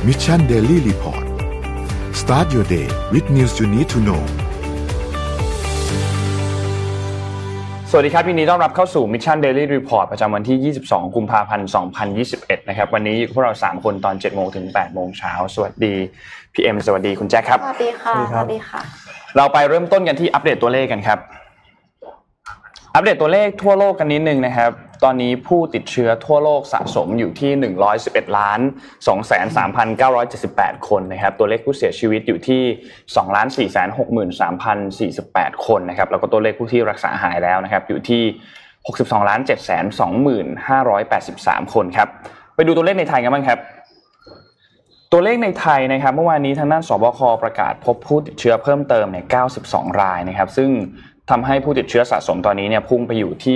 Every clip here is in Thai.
Mission Daily Report Start your day with news you need to know สวัสดีครับยินดีต้อนรับเข้าสู่ Mission Daily Report ประจำวันที่22กุมภาพันธ์2021นะครับวันนี้อยู่กับพวกเรา3คนตอน 7:00 นถึง 8:00 นเช้าสวัสดีพี่เอ็มสวัสดีคุณแจ็คครับสวัสดีค่ะสวัสดีค่ะเราไปเริ่มต้นกันที่อัปเดตตัวเลขกันครับอัปเดตตัวเลขทั่วโลกกันนิดนึงนะครับตอนนี้ผู้ติดเชื้อทั่วโลกสะสมอยู่ที่ 111,203,978 คนนะครับตัวเลขผู้เสียชีวิตอยู่ที่ 2,463,048 คนนะครับแล้วก็ตัวเลขผู้ที่รักษาหายแล้วนะครับอยู่ที่ 62,720,583 คนครับไปดูตัวเลขในไทยกันบ้างครับตัวเลขในไทยนะครับเมื่อวานนี้ทางด้านสบคประกาศพบผู้ติดเชื้อเพิ่มเติมเนี่ย92รายนะครับซึ่งทำให้ผู้ติดเชื้อสะสมตอนนี้เนี่ยพุ่งไปอยู่ที่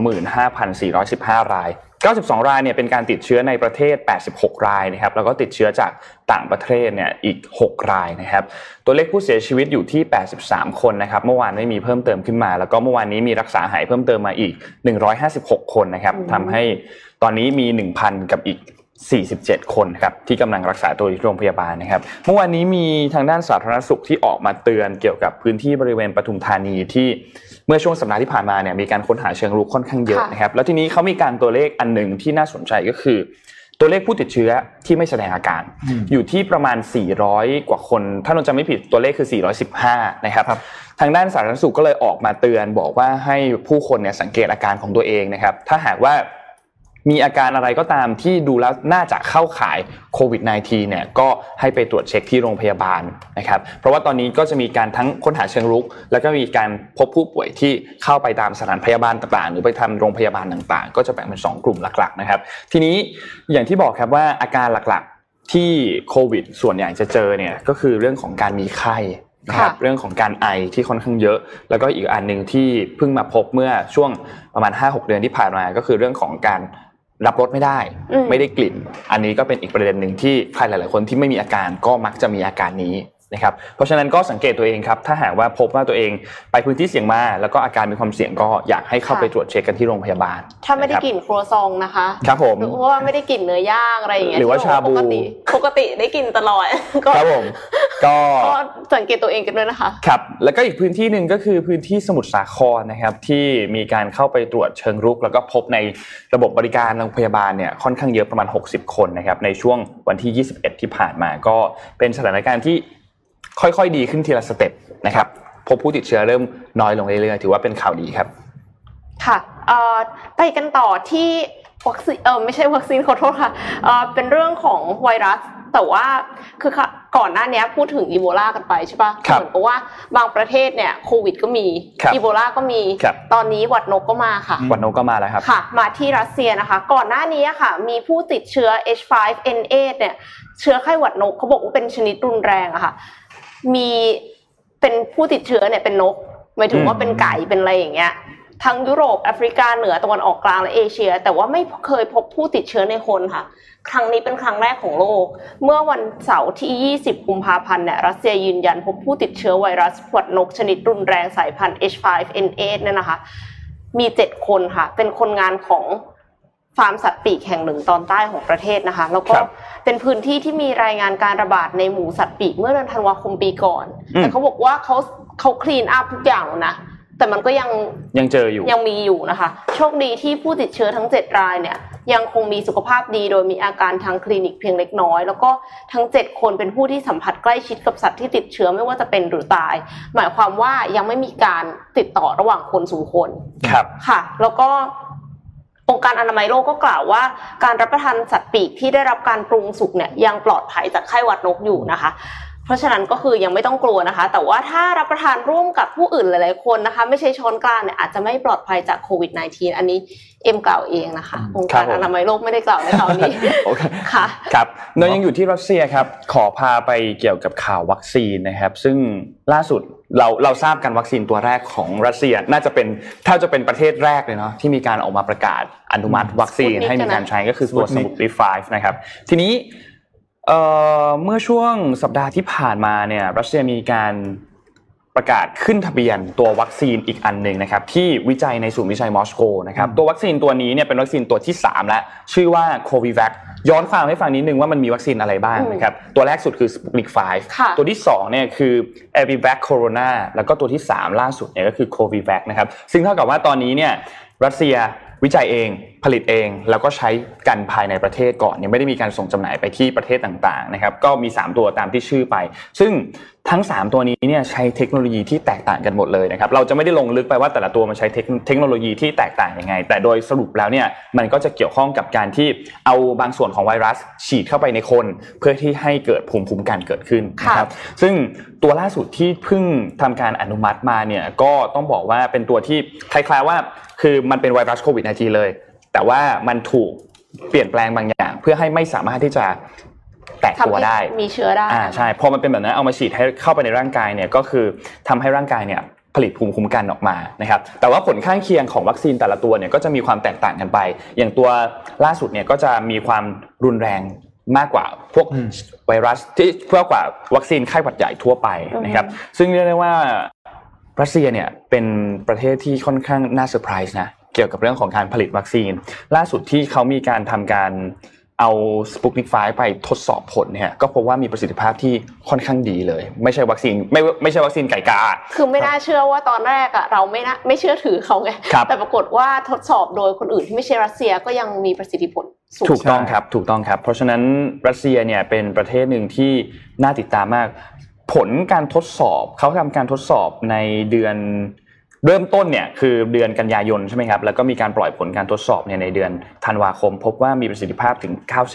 25,415 ราย92รายเนี่ยเป็นการติดเชื้อในประเทศ86รายนะครับแล้วก็ติดเชื้อจากต่างประเทศเนี่ยอีก6รายนะครับตัวเลขผู้เสียชีวิตอยู่ที่83คนนะครับเมื่อวานไม่มีเพิ่มเติมขึ้นมาแล้วก็เมื่อวานนี้มีรักษาหายเพิ่มเติมมาอีก156คนนะครับทำให้ตอนนี้มี 1,000 กับอีก47คนครับที่กำลังรักษาตัวอยู่ที่โรงพยาบาลนะครับเมื่อวานนี้มีทางด้านสาธารณสุขที่ออกมาเตือนเกี่ยวกับพื้นที่บริเวณปทุมธานีที่เมื่อช่วงสัปดาห์ที่ผ่านมาเนี่ยมีการค้นหาเชิงรุกค่อนข้างเยอะนะครับแล้วทีนี้เขามีการตัวเลขอันนึงที่น่าสนใจก็คือตัวเลขผู้ติดเชื้อที่ไม่แสดงอาการอยู่ที่ประมาณ400กว่าคนถ้าเราจำไม่ผิดตัวเลขคือ415นะครับทางด้านสาธารณสุขก็เลยออกมาเตือนบอกว่าให้ผู้คนเนี่ยสังเกตอาการของตัวเองนะครับถ้าหากว่ามีอาการอะไรก็ตามที่ดูแล้วน่าจะเข้าข่ายโควิด -19 เนี่ยก็ให้ไปตรวจเช็คที่โรงพยาบาลนะครับเพราะว่าตอนนี้ก็จะมีการทั้งค้นหาเชิงรุกแล้วก็มีการพบผู้ป่วยที่เข้าไปตามสถานพยาบาลต่างๆหรือไปทำโรงพยาบาลต่างๆก็จะแบ่งเป็น2กลุ่มหลักๆนะครับทีนี้อย่างที่บอกครับว่าอาการหลักๆที่โควิดส่วนใหญ่จะเจอเนี่ยก็คือเรื่องของการมีไข้นะครับเรื่องของการไอที่ค่อนข้างเยอะแล้วก็อีกอันนึงที่เพิ่งมาพบเมื่อช่วงประมาณ 5-6 เดือนที่ผ่านมาก็คือเรื่องของการรับรสไม่ได้กลิ่นอันนี้ก็เป็นอีกประเด็นหนึ่งที่ใครหลายๆคนที่ไม่มีอาการก็มักจะมีอาการนี้นะครับเพราะฉะนั้นก็สังเกตตัวเองครับถ้าหากว่าพบว่าตัวเองไปพื้นที่เสี่ยงมาแล้วก็อาการมีความเสี่ยงก็อยากให้เข้าไปตรวจเช็คกันที่โรงพยาบาลถ้าไม่ได้กลิ่นครัวซองนะคะครับผมเพราะว่าไม่ได้กลิ่นเนื้อย่างอะไรอย่างเงี้ยหรือว่าชาบูปกติได้กลิ่นตลอดครับผมก็สังเกตตัวเองกันด้วยนะคะครับแล้วก็อีกพื้นที่นึงก็คือพื้นที่สมุทรสาครนะครับที่มีการเข้าไปตรวจเชิงรุกแล้วก็พบในระบบบริการโรงพยาบาลเนี่ยค่อนข้างเยอะประมาณ60คนนะครับในช่วงวันที่21ที่ผ่านมาก็เป็นสถานการณ์ที่ค่อยๆดีขึ้นทีละสเต็ปนะครับพบผู้ติดเชื้อเริ่มน้อยลงเรื่อยๆถือว่าเป็นข่าวดีครับค่ะไปกันต่อที่วัคซีนไม่ใช่วัคซีนขอโทษค่ะเป็นเรื่องของไวรัสแต่ว่าคือก่อนหน้านี้พูดถึงอีโบลากันไปใช่ป่ะเหมือนกับว่าบางประเทศเนี่ยโควิดก็มีอีโบลาก็มีตอนนี้หวัดนกก็มาค่ะหวัดนกก็มาแล้วครับค่ะมาที่รัสเซียนะคะก่อนหน้านี้ค่ะมีผู้ติดเชื้อ H5N8 เนี่ยเชื้อไข้หวัดนกเขาบอกว่าเป็นชนิดรุนแรงอะค่ะมีเป็นผู้ติดเชื้อเนี่ยเป็นนกหมายถึงว่าเป็นไก่เป็นอะไรอย่างเงี้ยทั้งยุโรปแอฟริกาเหนือตะวันออกกลางและเอเชียแต่ว่าไม่เคยพบผู้ติดเชื้อในคนค่ะครั้งนี้เป็นครั้งแรกของโลกเมื่อวันเสาร์ที่20กุมภาพันธ์เนี่ยรัสเซียยืนยันพบผู้ติดเชื้อไวรัสหวัดนกชนิดรุนแรงสายพันธุ์ H5N8 เนี่ยนะคะมี7คนค่ะเป็นคนงานของฟาร์มสัตว์ปีกแห่งหนึ่งตอนใต้ของประเทศนะคะแล้วก็เป็นพื้นที่ที่มีรายงานการระบาดในหมูสัตว์ปีกเมื่อเดือนธันวาคมปีก่อนแต่เขาบอกว่าเขาคลีนอัพทุกอย่างนะแต่มันก็ยังเจออยู่ยังมีอยู่นะคะโชคดีที่ผู้ติดเชื้อทั้ง7รายเนี่ยยังคงมีสุขภาพดีโดยมีอาการทางคลินิกเพียงเล็กน้อยแล้วก็ทั้ง7คนเป็นผู้ที่สัมผัสใกล้ชิดกับสัตว์ที่ติดเชื้อไม่ว่าจะเป็นหรือตายหมายความว่ายังไม่มีการติดต่อระหว่างคนสู่คนครับค่ะแล้วก็องค์การอนามัยโลกก็กล่าวว่าการรับประทานสัตว์ปีกที่ได้รับการปรุงสุกเนี่ยยังปลอดภัยจากไข้หวัดนกอยู่นะคะเพราะฉะนั้นก็คือยังไม่ต้องกลัวนะคะแต่ว่าถ้ารับประทานร่วมกับผู้อื่นหลายๆคนนะคะไม่ใช่ช้อนกลางเนี่ยอาจจะไม่ปลอดภัยจากโควิด -19 อันนี้เอ็มกล่าวเองนะคะองค์การอนามัยโลกไม่ได้กล่าวในคราวนี้ค่ะครับเรายังอยู่ที่รัสเซียครับขอพาไปเกี่ยวกับข่าววัคซีนนะครับซึ่งล่าสุดเราทราบกันวัคซีนตัวแรกของรัสเซียน่าจะเป็นถ้าจะเป็นประเทศแรกเลยเนาะที่มีการออกมาประกาศอนุมัติวัคซีนให้มีการใช้ก็คือตัวสปุตนิก 5นะครับทีนี้เมื่อช่วงสัปดาห์ที่ผ่านมาเนี่ยรัสเซียมีการประกาศขึ้นทะเบียนตัววัคซีนอีกอันนึงนะครับที่วิจัยในศูนย์วิจัยมอสโกนะครับตัววัคซีนตัวนี้เนี่ยเป็นวัคซีนตัวที่3แล้วชื่อว่า Covivac ย้อนความให้ฟังนิดนึงว่ามันมีวัคซีนอะไรบ้างนะครับตัวแรกสุดคือ Sputnik 5ตัวที่2เนี่ยคือ Abivac Corona แล้วก็ตัวที่3ล่าสุดเนี่ยก็คือ Covivac นะครับซึ่งเท่ากับว่าตอนนี้เนี่ยรัสเซียวิจัยเองผลิตเองแล้วก็ใช้กันภายในประเทศก่อนยังไม่ได้มีการส่งจำหน่ายไปที่ประเทศต่างๆนะครับก็มี3ตัวตามที่ชื่อไปซึ่งทั้ง3ตัวนี้เนี่ยใช้เทคโนโลยีที่แตกต่างกันหมดเลยนะครับเราจะไม่ได้ลงลึกไปว่าแต่ละตัวมันใช้เทคโนโลยีที่แตกต่างยังไงแต่โดยสรุปแล้วเนี่ยมันก็จะเกี่ยวข้องกับการที่เอาบางส่วนของไวรัสฉีดเข้าไปในคนเพื่อที่ให้เกิดภูมิคุ้มกันเกิดขึ้นนะครับซึ่งตัวล่าสุดที่เพิ่งทำการอนุมัติมาเนี่ยก็ต้องบอกว่าเป็นตัวที่คล้ายๆว่าคือมันเป็นไวรัสโควิด -19 เลยแต่ว่ามันถูกเปลี่ยนแปลงบางอย่างเพื่อให้ไม่สามารถที่จะแตกตัวได้มีเชื้อได้ใช่พอมันเป็นแบบนั้นเอามาฉีดให้เข้าไปในร่างกายเนี่ยก็คือทำให้ร่างกายเนี่ยผลิตภูมิคุ้มกันออกมานะครับแต่ว่าผลข้างเคียงของวัคซีนแต่ละตัวเนี่ยก็จะมีความแตกต่างกันไปอย่างตัวล่าสุดเนี่ยก็จะมีความรุนแรงมากกว่าพวกไวรัสที่เพื่อกว่าวัคซีนไข้หวัดใหญ่ทั่วไปนะครับซึ่งเรียกได้ว่ารัสเซียเนี่ยเป็นประเทศที่ค่อนข้างน่าเซอร์ไพรส์นะเกี่ยวกับเรื่องของการผลิตวัคซีนล่าสุดที่เขามีการทำการเอา Sputnik 5ไปทดสอบผลเนี่ยก็พบว่ามีประสิทธิภาพที่ค่อนข้างดีเลยไม่ใช่วัคซีนไม่ใช่วัคซีนไก่กาคือไม่น่าเชื่อว่าตอนแรกอ่ะเราไม่เชื่อถือเขาไงแต่ปรากฏว่าทดสอบโดยคนอื่นที่ไม่ใช่รัสเซียก็ยังมีประสิทธิผลสูงถูกต้องครับเพราะฉะนั้นรัสเซียเนี่ยเป็นประเทศหนึ่งที่น่าติดตามมากผลการทดสอบเขาทำการทดสอบในเดือนเริ่มต้นเนี่ยคือเดือนกันยายนใช่ไหมครับแล้วก็มีการปล่อยผลการทดสอบเนี่ยในเดือนธันวาคมพบว่ามีประสิทธิภาพถึง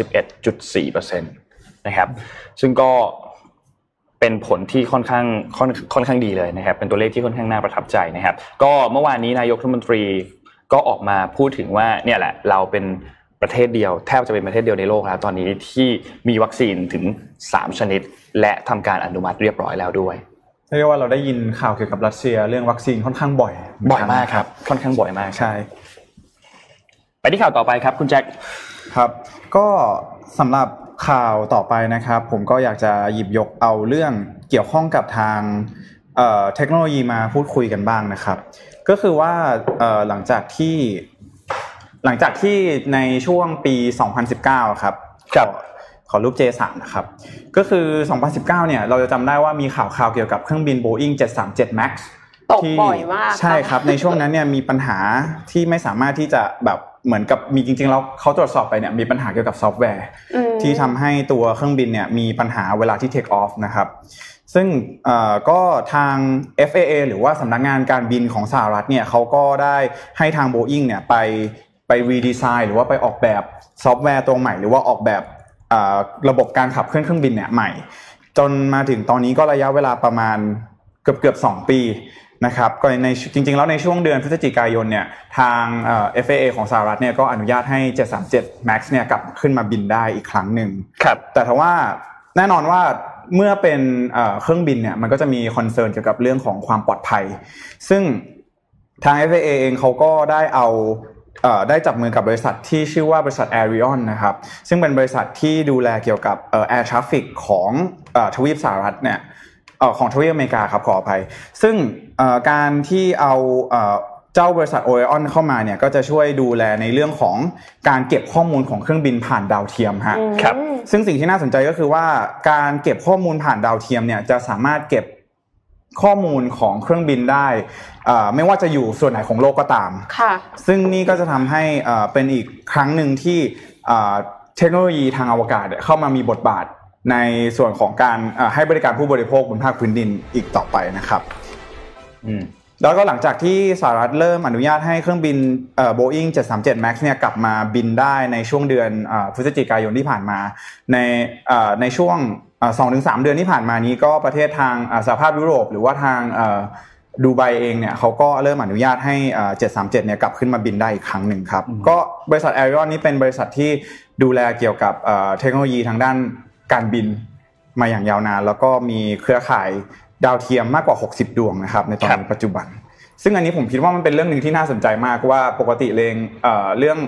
91.4% นะครับซึ่งก็เป็นผลที่ค่อนข้างดีเลยนะครับเป็นตัวเลขที่ค่อนข้างน่าประทับใจนะครับก็เมื่อวานนี้นายกรัฐมนตรีก็ออกมาพูดถึงว่าเนี่ยแหละเราเป็นประเทศเดียวแทบจะเป็นประเทศเดียวในโลกแล้วตอนนี้ที่มีวัคซีนถึง3ชนิดและทำการอนุมัติเรียบร้อยแล้วด้วยเรียกว่าเราได้ยินข่าวเกี่ยวกับรัสเซียเรื่องวัคซีนค่อนข้างบ่อยมากครับค่อนข้างบ่อยมากใช่ไปที่ข่าวต่อไปครับคุณแจ็คครับก็สำหรับข่าวต่อไปนะครับผมก็อยากจะหยิบยกเอาเรื่องเกี่ยวข้องกับทางเทคโนโลยีมาพูดคุยกันบ้างนะครับก็คือว่าหลังจากที่ในช่วงปี2019ครับขอรูป J3 นะครับก็คือ2019เนี่ยเราจะจำได้ว่ามีข่าวเกี่ยวกับเครื่องบิน Boeing 737 Max ตกบ่อยมากใช่ครับในช่วงนั้นเนี่ยมีปัญหาที่ไม่สามารถที่จะแบบเหมือนกับมีจริงๆแล้วเขาตรวจสอบไปเนี่ยมีปัญหาเกี่ยวกับซอฟต์แวร์ที่ทำให้ตัวเครื่องบินเนี่ยมีปัญหาเวลาที่ take off นะครับซึ่งก็ทาง FAA หรือว่าสำนักงานการบินของสหรัฐเนี่ยเขาก็ได้ให้ทาง Boeing เนี่ยไปรีดีไซน์หรือว่าไปออกแบบซอฟต์แวร์ตัวใหม่หรือว่าออกแบบระบบการขับเคลื่อนเครื่องบินเนี่ยใหม่จนมาถึงตอนนี้ก็ระยะเวลาประมาณเกือบ2ปีนะครับก็ในจริงๆแล้วในช่วงเดือนพฤศจิกายนเนี่ยทางFAA ของสหรัฐเนี่ยก็อนุญาตให้737 Max เนี่ยกลับขึ้นมาบินได้อีกครั้งนึงครับแต่ถ้าว่าแน่นอนว่าเมื่อเป็นเครื่องบินเนี่ยมันก็จะมีคอนเซิร์นเกี่ยวกับเรื่องของความปลอดภัยซึ่งทาง FAA เองเขาก็ได้จับมือกับบริษัทที่ชื่อว่าบริษัท Aerion นะครับซึ่งเป็นบริษัทที่ดูแลเกี่ยวกับair traffic ของทวีปสหรัฐเนี่ยของทวีปอเมริกาครับขออภัยซึ่งการที่เอาเจ้าบริษัท Aerion เข้ามาเนี่ยก็จะช่วยดูแลในเรื่องของการเก็บข้อมูลของเครื่องบินผ่านดาวเทียมฮะครับซึ่งสิ่งที่น่าสนใจก็คือว่าการเก็บข้อมูลผ่านดาวเทียมเนี่ยจะสามารถเก็บข้อมูลของเครื่องบินได้ไม่ว่าจะอยู่ส่วนไหนของโลกก็ตามซึ่งนี่ก็จะทำให้เป็นอีกครั้งหนึ่งที่เทคโนโลยีทางอวกาศเข้ามามีบทบาทในส่วนของการให้บริการผู้บริโภคบนภาคพื้นดินอีกต่อไปนะครับแล้วก็หลังจากที่สหรัฐเริ่มอนุญาตให้เครื่องบินBoeing 737 Max เนี่ยกลับมาบินได้ในช่วงเดือนพฤศจิกายนที่ผ่านมาในช่วง2-3 เดือนที่ผ่านมานี้ก็ประเทศทางสหภาพยุโรปหรือว่าทางดูไบเองเนี่ยเขาก็เริ่มอนุญาตให้737เนี่ยกลับขึ้นมาบินได้อีกครั้งหนึ่งครับก็บริษัท Aerion นี่เป็นบริษัทที่ดูแลเกี่ยวกับเทคโนโลยีทางด้านการบินมาอย่างยาวนานแล้วก็มีเครือข่ายดาวเทียมมากกว่า60ดวงนะครับในตอนปัจจุบันซึ่งอันนี้ผมคิดว่ามันเป็นเรื่องนึงที่น่าสนใจมากว่าปกติเรื่อง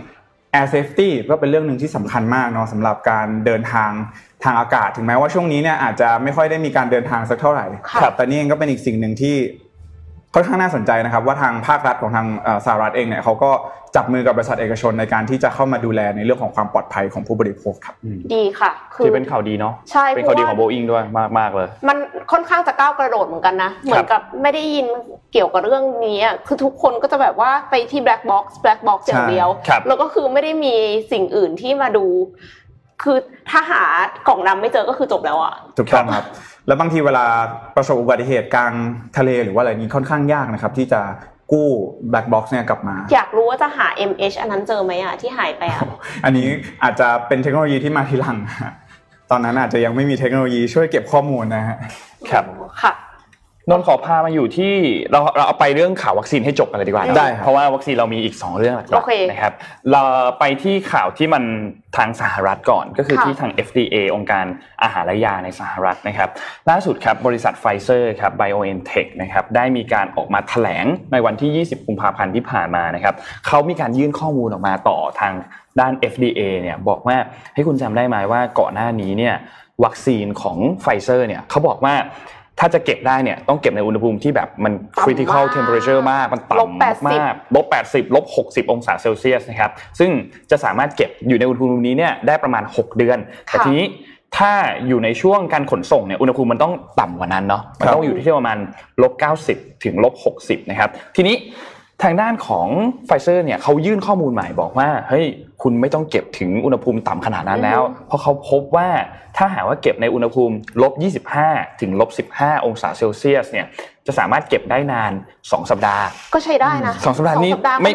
Air Safety ก็เป็นเรื่องนึงที่สำคัญมากเนาะสำหรับการเดินทางทางอากาศถึงแม้ว่าช่วงนี้เนี่ยอาจจะไม่ค่อยได้มีการเดินทางสักเท่าไหร่แต่นี่เองก็เป็นอีกสิ่งนึงที่ค่อนข้างน่าสนใจนะครับว่าทางภาครัฐของทางสหรัฐเองเนี่ยเขาก็จับมือกับบริษัทเอกชนในการที่จะเข้ามาดูแลในเรื่องของความปลอดภัยของผู้บริโภคครับดีค่ะคือเป็นข่าวดีเนาะใช่เป็นข่าวดีของ Boeing ด้วยมากๆเลยมันค่อนข้างจะก้าวกระโดดเหมือนกันนะเหมือนกับไม่ได้ยินเกี่ยวกับเรื่องนี้คือทุกคนก็จะแบบว่าไปที่ black box อย่างเดียวแล้วก็คือไม่ได้มีสิ่งอื่นที่มาดูคือถ้าหากล่องดำไม่เจอก็คือจบแล้วอ่ะถูกต้องครับแล้วบางทีเวลาประสบอุบัติเหตุกลางทะเลหรือว่าอะไรนี้ค่อนข้างยากนะครับที่จะกู้ black box เนี่ยกลับมาอยากรู้ว่าจะหา MH อันนั้นเจอไหมอ่ะที่หายไปอ่ะอันนี้อาจจะเป็นเทคโนโลยีที่มาทีหลังตอนนั้นอาจจะยังไม่มีเทคโนโลยีช่วยเก็บข้อมูลนะฮะครับค่ะนนท์ขอพามาอยู่ที่เราเอาไปเรื่องข่าววัคซีนให้จบกันเลยดีกว่าได้เพราะว่าวัคซีนเรามีอีก2เรื่องหลักๆนะครับเราไปที่ข่าวที่มันทางสหรัฐก่อนก็คือที่ทาง FDA องค์การอาหารและยาในสหรัฐนะครับล่าสุดครับบริษัท Pfizer ครับ BioNTech นะครับได้มีการออกมาแถลงในวันที่20กุมภาพันธ์ที่ผ่านมานะครับเขามีการยื่นข้อมูลออกมาต่อทางด้าน FDA เนี่ยบอกว่าให้คุณจำได้ไหมว่าก่อนหน้านี้เนี่ยวัคซีนของ Pfizer เนี่ยเขาบอกว่าถ้าจะเก็บได้เนี่ยต้องเก็บในอุณหภูมิที่แบบมัน critical temperature มากมันต่ำมาก-80 -60 องศาเซลเซียสนะครับซึ่งจะสามารถเก็บอยู่ในอุณหภูมินี้เนี่ยได้ประมาณ6เดือนแต่ทีนี้ถ้าอยู่ในช่วงการขนส่งเนี่ยอุณหภูมิมันต้องต่ำกว่านั้นเนาะมันต้องอยู่ที่ประมาณ-90 ถึง-60นะครับทีนี้ทางด้านของ Pfizer เนี่ยเขายื่นข้อมูลใหม่บอกว่าเฮ้ยคุณไม่ต้องเก็บถึงอุณหภูมิต่ำขนาดนั้นแล้วเพราะเขาพบว่าถ้าหากว่าเก็บในอุณหภูมิ-25 ถึงๆ15องศาเซลเซียสเนี่ยจะสามารถเก็บได้นาน2สัปดาห์ก็ใช้ได้นะ 2สัปดาห์นี้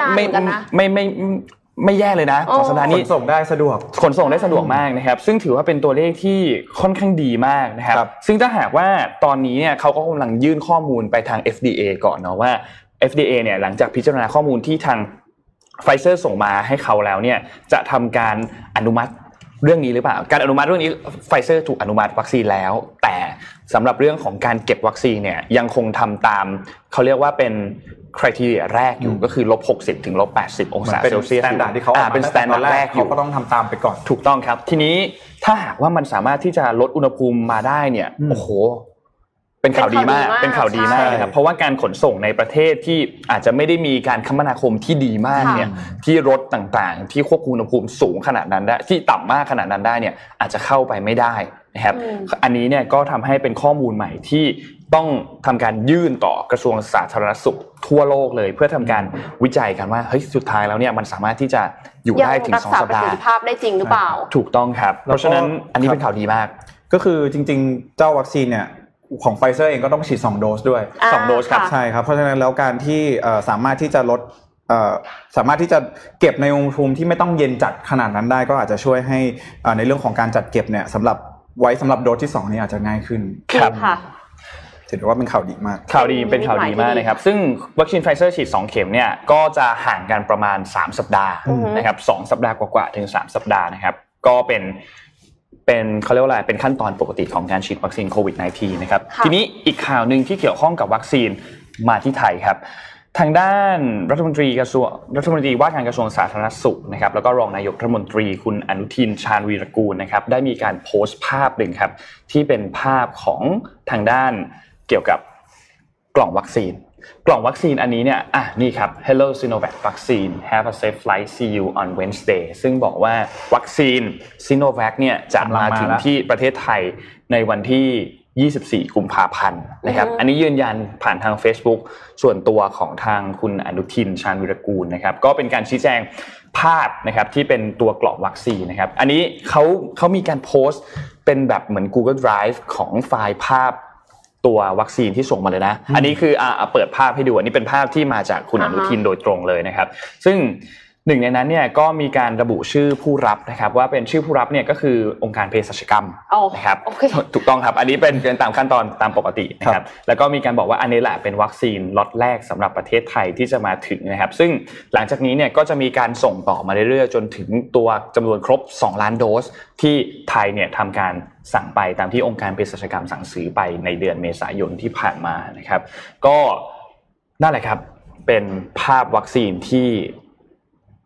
ไม่แย่เลยนะ2สัปดาห์นี้ขนส่งได้สะดวกมากนะครับซึ่งถือว่าเป็นตัวเลขที่ค่อนข้างดีมากนะครับซึ่งถ้าหากว่าตอนนี้เนี่ยเขาก็กำลังยื่นข้อมูลไปทาง FDA ก่อนเนาะว่าFDA เนี่ยหลังจากพิจารณาข้อมูลที่ทาง Pfizer ส่งมาให้เขาแล้วเนี่ยจะทำการอนุมัติเรื่องนี้หรือเปล่าการอนุมัติเรื่องนี้ Pfizer ถูกอนุมัติวัคซีนแล้วแต่สำหรับเรื่องของการเก็บวัคซีนเนี่ยยังคงทำตามเขาเรียกว่าเป็น criteria แรกอยู่ก็คือ-60 ถึงๆ80องศาเซลเซียสเป็น standard แรกเขาก็ต้องทำตามไปก่อนถูกต้องครับทีนี้ถ้าหากว่ามันสามารถที่จะลดอุณหภูมิมาได้เนี่ยโอ้โหเป็นข่าวดีมากนะครับเพราะว่าการขนส่งในประเทศที่อาจจะไม่ได้มีการคมนาคมที่ดีมากเนี่ยที่รถต่างๆที่ควบคุมอุณหภูมิสูงขนาดนั้นได้ที่ต่ำมากขนาดนั้นได้เนี่ยอาจจะเข้าไปไม่ได้นะครับอันนี้เนี่ยก็ทำให้เป็นข้อมูลใหม่ที่ต้องทำการยื่นต่อกระทรวงสาธารณสุขทั่วโลกเลยเพื่อทำการวิจัยกันว่าเฮ้ยสุดท้ายแล้วเนี่ยมันสามารถที่จะอยู่ได้ถึง2สัปดาห์รักษาประสิทธิภาพได้จริงหรือเปล่าถูกต้องครับเพราะฉะนั้นอันนี้เป็นข่าวดีมากก็คือจริงๆเจ้าวัคซีนเนี่ยของ Pfizer เองก็ต้องฉีด2โดสด้วย 2โดสครับใช่ครับเพราะฉะนั้นแล้วการที่สามารถที่จะลดสามารถที่จะเก็บในอุณหภูมิที่ไม่ต้องเย็นจัดขนาดนั้นได้ก็อาจจะช่วยให้ในเรื่องของการจัดเก็บเนี่ยสำหรับโดสที่2นี่อาจจะง่ายขึ้นครับถือว่าเป็นข่าวดีมากเป็นข่าวดีมากนะครับซึ่งวัคซีน Pfizer ฉีด2เข็มเนี่ยก็จะห่างกันประมาณ3สัปดาห์นะครับ2สัปดาห์กว่าๆถึง3สัปดาห์นะครับก็เป็นเขาเรียกว่าอะไรเป็นขั้นตอนปกติของการฉีดวัคซีนโควิด -19 นะครับทีนี้อีกข่าวนึงที่เกี่ยวข้องกับวัคซีนมาที่ไทยครับทางด้านรัฐมนตรีว่าการกระทรวงสาธารณสุขนะครับแล้วก็รองนายกรัฐมนตรีคุณอนุทินชาญวีรกูลนะครับได้มีการโพสต์ภาพหนึ่งครับที่เป็นภาพของทางด้านเกี่ยวกับกล่องวัคซีนอันนี้เนี่ยนี่ครับ Hello Sinovac Vaccine have a safe flight see you on Wednesday ซึ่งบอกว่าวัคซีน Sinovac เนี่ยจะมาถึงที่ประเทศไทยในวันที่24กุมภาพันธ์นะครับอันนี้ยืนยันผ่านทาง Facebook ส่วนตัวของทางคุณอนุทินชาญวีรกูลนะครับก็เป็นการชี้แจงภาพนะครับที่เป็นตัวกล่องวัคซีนนะครับอันนี้เขามีการโพสต์เป็นแบบเหมือน Google Drive ของไฟล์ภาพตัววัคซีนที่ส่งมาเลยนะอันนี้คือเปิดภาพให้ดูอันนี้เป็นภาพที่มาจากคุณอนุทินโดยตรงเลยนะครับซึ่งหนึ่งในนั้นเนี่ยก็มีการระบุชื่อผู้รับนะครับว่าเป็นชื่อผู้รับเนี่ยก็คือองค์การเภสัชกรรมนะครับถูกต้องครับอันนี้เป็นตามขั้นตอนตามปกตินะครับแล้วก็มีการบอกว่าอันนี้แหละเป็นวัคซีนล็อตแรกสำหรับประเทศไทยที่จะมาถึงนะครับซึ่งหลังจากนี้เนี่ยก็จะมีการส่งต่อมาเรื่อยๆจนถึงตัวจำนวนครบ2ล้านโดสที่ไทยเนี่ยทำการสั่งไปตามที่องค์การเภสัชกรรมสั่งซื้อไปในเดือนเมษายนที่ผ่านมานะครับก็นั่นแหละครับเป็นภาพวัคซีนที่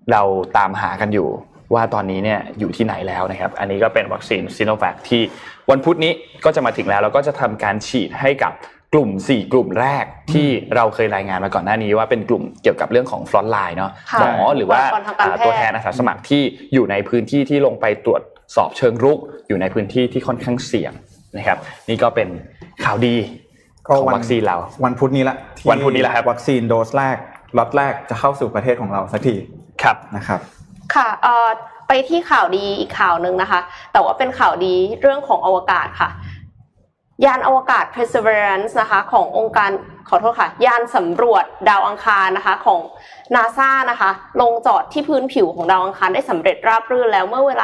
เราตามหากันอยู่ว่าตอนนี้เนี่ยอยู่ที่ไหนแล้วนะครับอันนี้ก็เป็นวัคซีนซิโนแวคที่วันพุธนี้ก็จะมาถึงแล้วก็จะทำการฉีดให้กับกลุ่ม4กลุ่มแรกที่เราเคยรายงานมาก่อนหน้านี้ว่าเป็นกลุ่มเกี่ยวกับเรื่องของฟรอนต์ไลน์เนาะหมอหรือว่าตัวแทนอาสาสมัครที่อยู่ในพื้นที่ที่ลงไปตรวจสอบเชิงรุกอยู่ในพื้นที่ที่ค่อนข้างเสี่ยงนะครับนี่ก็เป็นข่าวดีของวัคซีนเราวันพุธนี้ละครับวัคซีนโดสแรกล็อตแรกจะเข้าสู่ประเทศของเราสักทีครับนะครับค่ะไปที่ข่าวดีอีกข่าวนึงนะคะแต่ว่าเป็นข่าวดีเรื่องของอวกาศค่ะยานอวกาศ Perseverance นะคะขององค์การขอโทษค่ะยานสำรวจดาวอังคารนะคะของ NASA นะคะลงจอดที่พื้นผิวของดาวอังคารได้สำเร็จราบรื่นแล้วเมื่อเวลา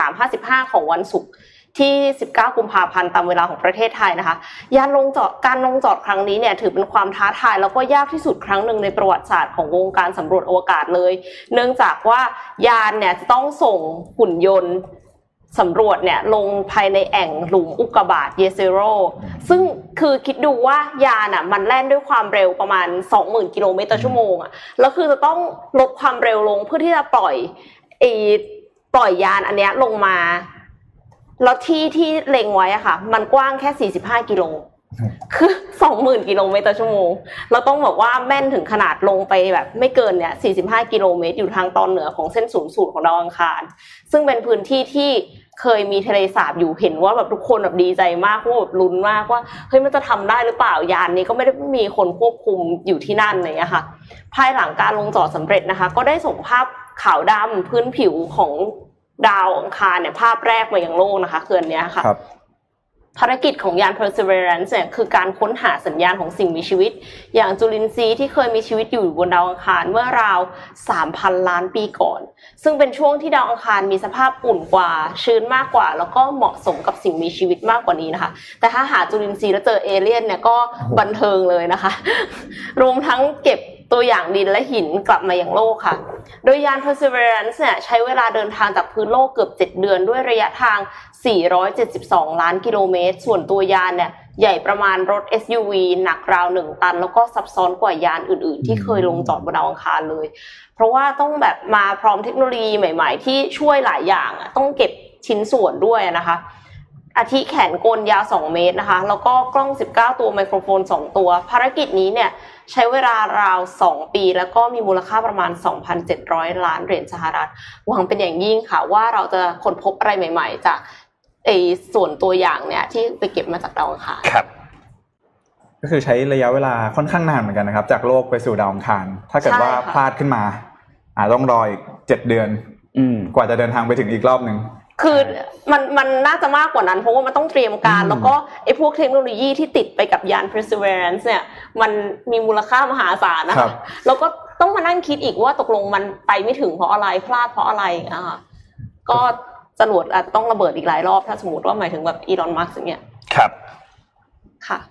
3:55 ของวันศุกร์ที่19กุมภาพันธ์ตามเวลาของประเทศไทยนะคะการลงจอดครั้งนี้เนี่ยถือเป็นความท้าทายแล้วก็ยากที่สุดครั้งหนึ่งในประวัติศาสตร์ของวงการสำรวจอวกาศเลยเนื่องจากว่ายานเนี่ยจะต้องส่งหุ่นยนต์สำรวจเนี่ยลงภายในแอ่งหลุมอุกกาบาตเยเซโรซึ่งคือคิดดูว่ายานอ่ะมันแล่นด้วยความเร็วประมาณ 20,000 กิโลเมตรต่อชั่วโมงอ่ะแล้วคือจะต้องลดความเร็วลงเพื่อที่จะปล่อยยานอันเนี้ยลงมาแล้วที่เล็งไว้อะค่ะมันกว้างแค่45กิโลคือ 20,000 กิโลเมตรต่อชั่วโมงเราต้องบอกว่าแม่นถึงขนาดลงไปแบบไม่เกินเนี่ย45กิโลเมตรอยู่ทางตอนเหนือของเส้นศูนย์สูตรของดาวอังคารซึ่งเป็นพื้นที่ที่เคยมีทะเลสาบอยู่เห็นว่าแบบทุกคนแบบดีใจมากว่าแบบลุ้นมากว่าเฮ้ยมันจะทำได้หรือเปล่ายานนี้ก็ไม่ได้มีคนควบคุมอยู่ที่นั่นอะไรอย่างเงี้ยค่ะภายหลังการลงจอดสำเร็จนะคะก็ได้ส่งภาพขาวดำพื้นผิวของดาวอังคารเนี่ยภาพแรกมายังโลกนะคะคืออันเนี้ยค่ะภารกิจของยาน Perseverance เนี่ยคือการค้นหาสัญญาณของสิ่งมีชีวิตอย่างจุลินทรีย์ที่เคยมีชีวิตอยู่บนดาวอังคารเมื่อราว 3,000 ล้านปีก่อนซึ่งเป็นช่วงที่ดาวอังคารมีสภาพอุ่นกว่าชื้นมากกว่าแล้วก็เหมาะสมกับสิ่งมีชีวิตมากกว่านี้นะคะแต่ถ้าหาจุลินทรีย์แล้วเจอเอเลี่ยนเนี่ยก็บันเทิงเลยนะคะรวมทั้งเก็บตัวอย่างดินและหินกลับมายังโลกค่ะโดยยาน Perseverance เนี่ยใช้เวลาเดินทางจากพื้นโลกเกือบ7เดือนด้วยระยะทาง472ล้านกิโลเมตรส่วนตัวยานเนี่ยใหญ่ประมาณรถ SUV หนักราว1ตันแล้วก็ซับซ้อนกว่ายานอื่นๆที่เคยลงจอดบนดาวอังคารเลยเพราะว่าต้องแบบมาพร้อมเทคโนโลยีใหม่ๆที่ช่วยหลายอย่างต้องเก็บชิ้นส่วนด้วยนะคะอาทิแขนกลยาว2เมตรนะคะแล้วก็กล้อง19ตัวไมโครโฟน2ตัวภารกิจนี้เนี่ยใช้เวลาราว2ปีแล้วก็มีมูลค่าประมาณ 2,700 ล้านเหรียญสหรัฐหวังเป็นอย่างยิ่งค่ะว่าเราจะค้นพบอะไรใหม่ๆจากส่วนตัวอย่างเนี่ยที่ไปเก็บมาจากดาวอังคารครับก็คือใช้ระยะเวลาค่อนข้างนานเหมือนกันนะครับจากโลกไปสู่ดาวอังคารถ้าเกิดว่าพลาดขึ้นมาต้องรออีก7เดือนกว่าจะเดินทางไปถึงอีกรอบนึงคือมันน่าจะมากกว่านั้นเพราะว่ามันต้องเตรียมการแล้วก็ไอ้พวกเทคโนโลยีที่ติดไปกับยาน Perseverance เนี่ยมันมีมูลค่ามหาศาลนะคะแล้วก็ต้องมานั่งคิดอีกว่าตกลงมันไปไม่ถึงเพราะอะไรพลาดเพราะอะไรก็จรวดอาจจะต้องระเบิดอีกหลายรอบถ้าสมมติว่าหมายถึงแบบอีลอนมัสก์อย่างเงี้ยครับค่ะ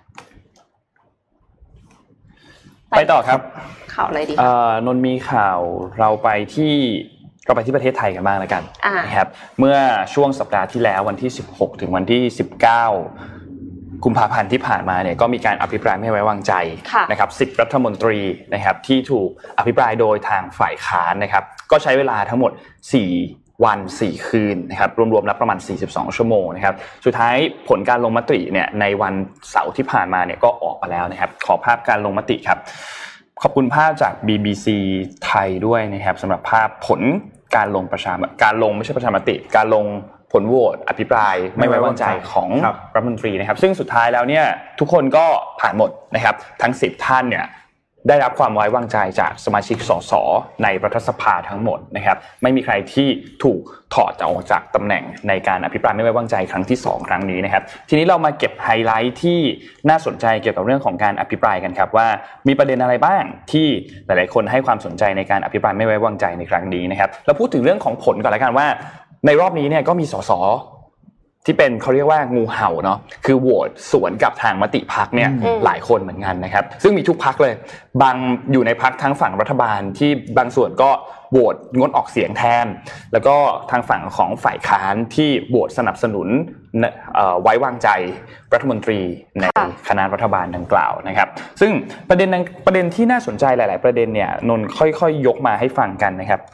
ไปต่อครับข่าวอะไรดีนนมีข่าวเราไปที่ประเทศไทยกันบ้างแล้วกันนะครับเมื่อช่วงสัปดาห์ที่แล้ววันที่16ถึงวันที่19กุมภาพันธ์ที่ผ่านมาเนี่ยก็มีการอภิปรายไม่ไว้วางใจนะครับ10รัฐมนตรีนะครับที่ถูกอภิปรายโดยทางฝ่ายค้านนะครับก็ใช้เวลาทั้งหมด4วัน4คืนนะครับรวมๆแล้วประมาณ42ชั่วโมงนะครับสุดท้ายผลการลงมติเนี่ยในวันเสาร์ที่ผ่านมาเนี่ยก็ออกมาแล้วนะครับขอภาพการลงมติครับขอบคุณภาพจาก BBC ไทยด้วยนะครับสำหรับภาพผลการลงไม่ใช่ประชามติการลงผลโหวตอภิปรายไม่ไว้วางใจของรัฐมนตรีนะครับซึ่งสุดท้ายแล้วเนี่ยทุกคนก็ผ่านหมดนะครับทั้ง10ท่านเนี่ยได้รับความไว้วางใจจากสมาชิกสสในรัฐสภาทั้งหมดนะครับไม่มีใครที่ถูกถอดออกจากตำแหน่งในการอภิปรายไม่ไว้วางใจครั้งที่2ครั้งนี้นะครับทีนี้เรามาเก็บไฮไลท์ที่น่าสนใจเกี่ยวกับเรื่องของการอภิปรายกันครับว่ามีประเด็นอะไรบ้างที่หลายๆคนให้ความสนใจในการอภิปรายไม่ไว้วางใจในครั้งนี้นะครับเราพูดถึงเรื่องของผลก่อนแล้วกันว่าในรอบนี้เนี่ยก็มีสสที่เป็นเขาเรียกว่างูเห่าเนาะคือโหวตสวนกับทางมติพรรคเนี่ยหลายคนเหมือนกันนะครับซึ่งมีทุกพรรคเลยบางอยู่ในพรรคทั้งฝั่งรัฐบาลที่บางส่วนก็โหวตงดออกเสียงแทนแล้วก็ทางฝั่งของฝ่ายค้านที่โหวตสนับสนุนไว้วางใจรัฐมนตรีในคณะรัฐบาลดังกล่าวนะครับซึ่งประเด็นที่น่าสนใจหลายๆประเด็นเนี่ยนนค่อยๆยกมาให้ฟังกันนะครับ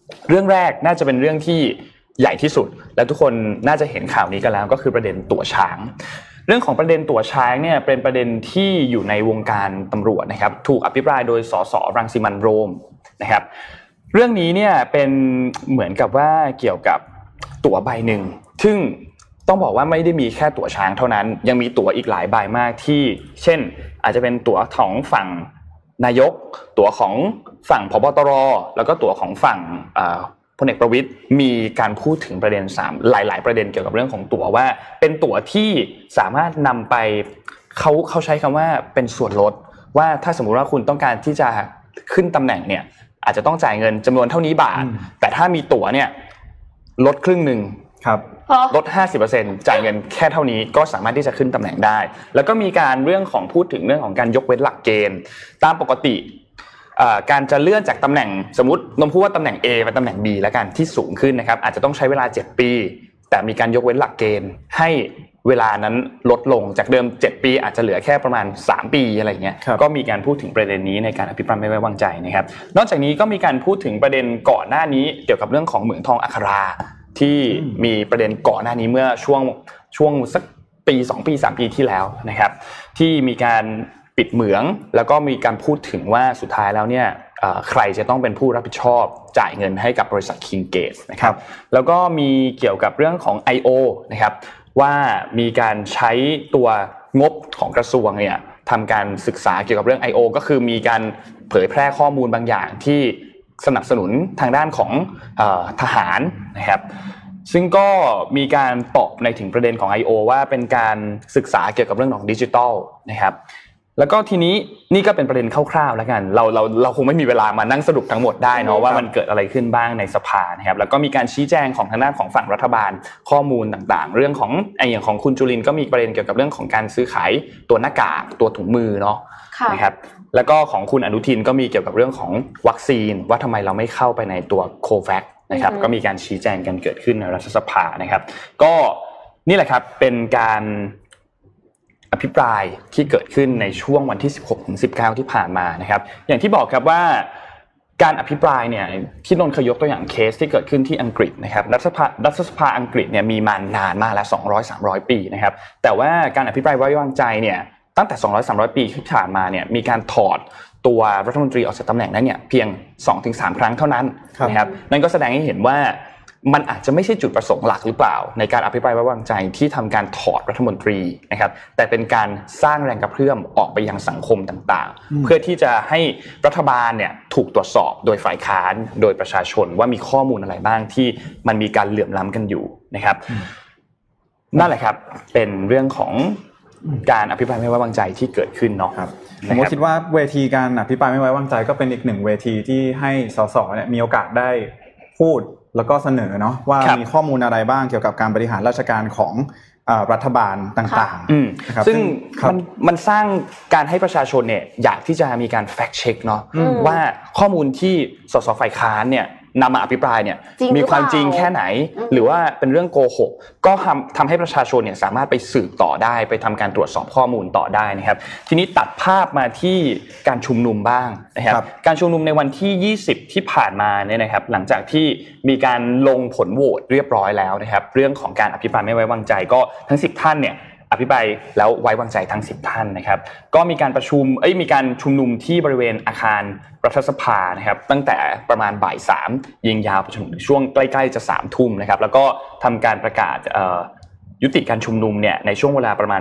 เรื่องแรกน่าจะเป็นเรื่องที่ใหญ่ที่สุดและทุกคนน่าจะเห็นข่าวนี้กันแล้วก็คือประเด็นตั๋วช้างเรื่องของประเด็นตั๋วช้างเนี่ยเป็นประเด็นที่อยู่ในวงการตำรวจนะครับถูกอภิปรายโดยสส.รังสิมันต์โรมนะครับเรื่องนี้เนี่ยเป็นเหมือนกับว่าเกี่ยวกับตั๋วใบหนึ่งซึ่งต้องบอกว่าไม่ได้มีแค่ตั๋วช้างเท่านั้นยังมีตั๋วอีกหลายใบมากที่เช่นอาจจะเป็นตั๋วของฝั่งนายกตั๋วของฝั่งผบ.ตร.แล้วก็ตั๋วของฝั่งพลเอกประวิตรมีการพูดถึงประเด็น3หลายๆประเด็นเกี่ยวกับเรื่องของตั๋วว่าเป็นตั๋วที่สามารถนำไปเขาใช้คำว่าเป็นส่วนลดว่าถ้าสมมุติว่าคุณต้องการที่จะขึ้นตำแหน่งเนี่ยอาจจะต้องจ่ายเงินจำนวนเท่านี้บาทแต่ถ้ามีตั๋วเนี่ยลดครึ่งนึงครับลด 50% จ่ายเงินแค่เท่านี้ก็สามารถที่จะขึ้นตำแหน่งได้แล้วก็มีการเรื่องของพูดถึงเรื่องของการยกเว้นหลักเกณฑ์ตามปกติการจะเลื่อนจากตำแหน่งสมมุตินมพูดว่าตำแหน่ง A ไปตำแหน่ง B แล้วกันที่สูงขึ้นนะครับอาจจะต้องใช้เวลา7ปีแต่มีการยกเว้นหลักเกณฑ์ให้เวลานั้นลดลงจากเดิม7ปีอาจจะเหลือแค่ประมาณ3ปีอะไรเงี้ยก็มีการพูดถึงประเด็นนี้ในการอภิปรายไม่ไว้วางใจนะครับนอกจากนี้ก็มีการพูดถึงประเด็นก่อนหน้านี้เกี่ยวกับเรื่องของเหมืองทองอัคราที่มีประเด็นก่อนหน้านี้เมื่อช่วงสักปี2ปี3ปีที่แล้วนะครับที่มีการปิดเหมืองแล้วก็มีการพูดถึงว่าสุดท้ายแล้วเนี่ยใครจะต้องเป็นผู้รับผิดชอบจ่ายเงินให้กับบริษัท King Gate นะครับแล้วก็มีเกี่ยวกับเรื่องของ I.O. นะครับว่ามีการใช้ตัวงบของกระทรวงเนี่ยทำการศึกษาเกี่ยวกับเรื่อง I.O. ก็คือมีการเผยแพร่ข้อมูลบางอย่างที่สนับสนุนทางด้านของทหารนะครับซึ่งก็มีการตอบในถึงประเด็นของ I.O. ว่าเป็นการศึกษาเกี่ยวกับเรื่องของดิจิทัลนะครับแล้วก็ทีนี้นี่ก็เป็นประเด็นคร่าวๆแล้วกันเราคงไม่มีเวลามานั่งสรุปทั้งหมดได้เนาะว่ามันเกิดอะไรขึ้นบ้างในสภานะครับแล้วก็มีการชี้แจงของทางด้านของฝั่งรัฐบาลข้อมูลต่างๆเรื่องของอย่างของคุณจุลินทร์ก็มีประเด็นเกี่ยวกับเรื่องของการซื้อขายตัวหน้ากากตัวถุงมือเนาะนะครับแล้วก็ของคุณอนุทินก็มีเกี่ยวกับเรื่องของวัคซีนว่าทำไมเราไม่เข้าไปในตัวโควัคนะครับก็มีการชี้แจงกันเกิดขึ้นในรัฐสภานะครับก็นี่แหละครับเป็นการอภิปรายที่เกิดขึ้นในช่วงวันที่ 16-19 ที่ผ่านมานะครับอย่างที่บอกครับว่าการอภิปรายเนี่ยที่นนท์เคยยกตัวอย่างเคสที่เกิดขึ้นที่อังกฤษนะครับรัฐสภาอังกฤษเนี่ยมีมานานมากแล้ว200-300 ปีนะครับแต่ว่าการอภิปรายไว้วางใจเนี่ยตั้งแต่200-300 ปีที่ผ่านมาเนี่ยมีการถอดตัวรัฐมนตรีออกจากตำแหน่งนั้นเนี่ยเพียง 2-3 ครั้งเท่านั้นนะครับนั่นก็แสดงให้เห็นว่ามันอาจจะไม่ใช่จุดประสงค์หลักหรือเปล่าในการอภิปรายไว้วางใจที่ทำการถอดรัฐมนตรีนะครับแต่เป็นการสร้างแรงกระเพื่อมออกไปยังสังคมต่างๆเพื่อที่จะให้รัฐบาลเนี่ยถูกตรวจสอบโดยฝ่ายค้านโดยประชาชนว่ามีข้อมูลอะไรบ้างที่มันมีการเหลื่อมล้ำกันอยู่นะครับนั่นแหละครับเป็นเรื่องของการอภิปรายไม่ไว้วางใจที่เกิดขึ้นเนาะผมก็คิดว่าเวทีการอภิปรายไม่ไว้วางใจก็เป็นอีกหนึ่งเวทีที่ให้สสเนี่ยมีโอกาสได้พูดแล้วก็เสนอเนาะว่ามีข้อมูลอะไรบ้างเกี่ยวกับการบริหารราชการของรัฐบาลต่างๆนะครับซึ่งมันสร้างการให้ประชาชนเนี่ยอยากที่จะมีการแฟกต์เช็คเนาะว่าข้อมูลที่สสฝ่ายค้านเนี่ยนำมาอภิปรายเนี่ยมีความจริงแค่ไหนหรือว่าเป็นเรื่องโกหกก็ทำให้ประชาชนเนี่ยสามารถไปสืบต่อได้ไปทำการตรวจสอบข้อมูลต่อได้นะครับทีนี้ตัดภาพมาที่การชุมนุมบ้างนะครับการชุมนุมในวันที่20ที่ผ่านมาเนี่ยนะครับหลังจากที่มีการลงผลโหวตเรียบร้อยแล้วนะครับเรื่องของการอภิปรายไม่ไว้วางใจก็ทั้ง10ท่านเนี่ยอภิปรายแล้วไว้วางใจทั้ง10ท่านนะครับก็มีการมีการชุมนุมที่บริเวณอาคารรัฐสภานะครับตั้งแต่ประมาณบ่าย 3ยิงยาวไปจนถึงช่วงใกล้ๆจะ 3 ทุ่มนะครับแล้วก็ทำการประกาศยุติการชุมนุมเนี่ยในช่วงเวลาประมาณ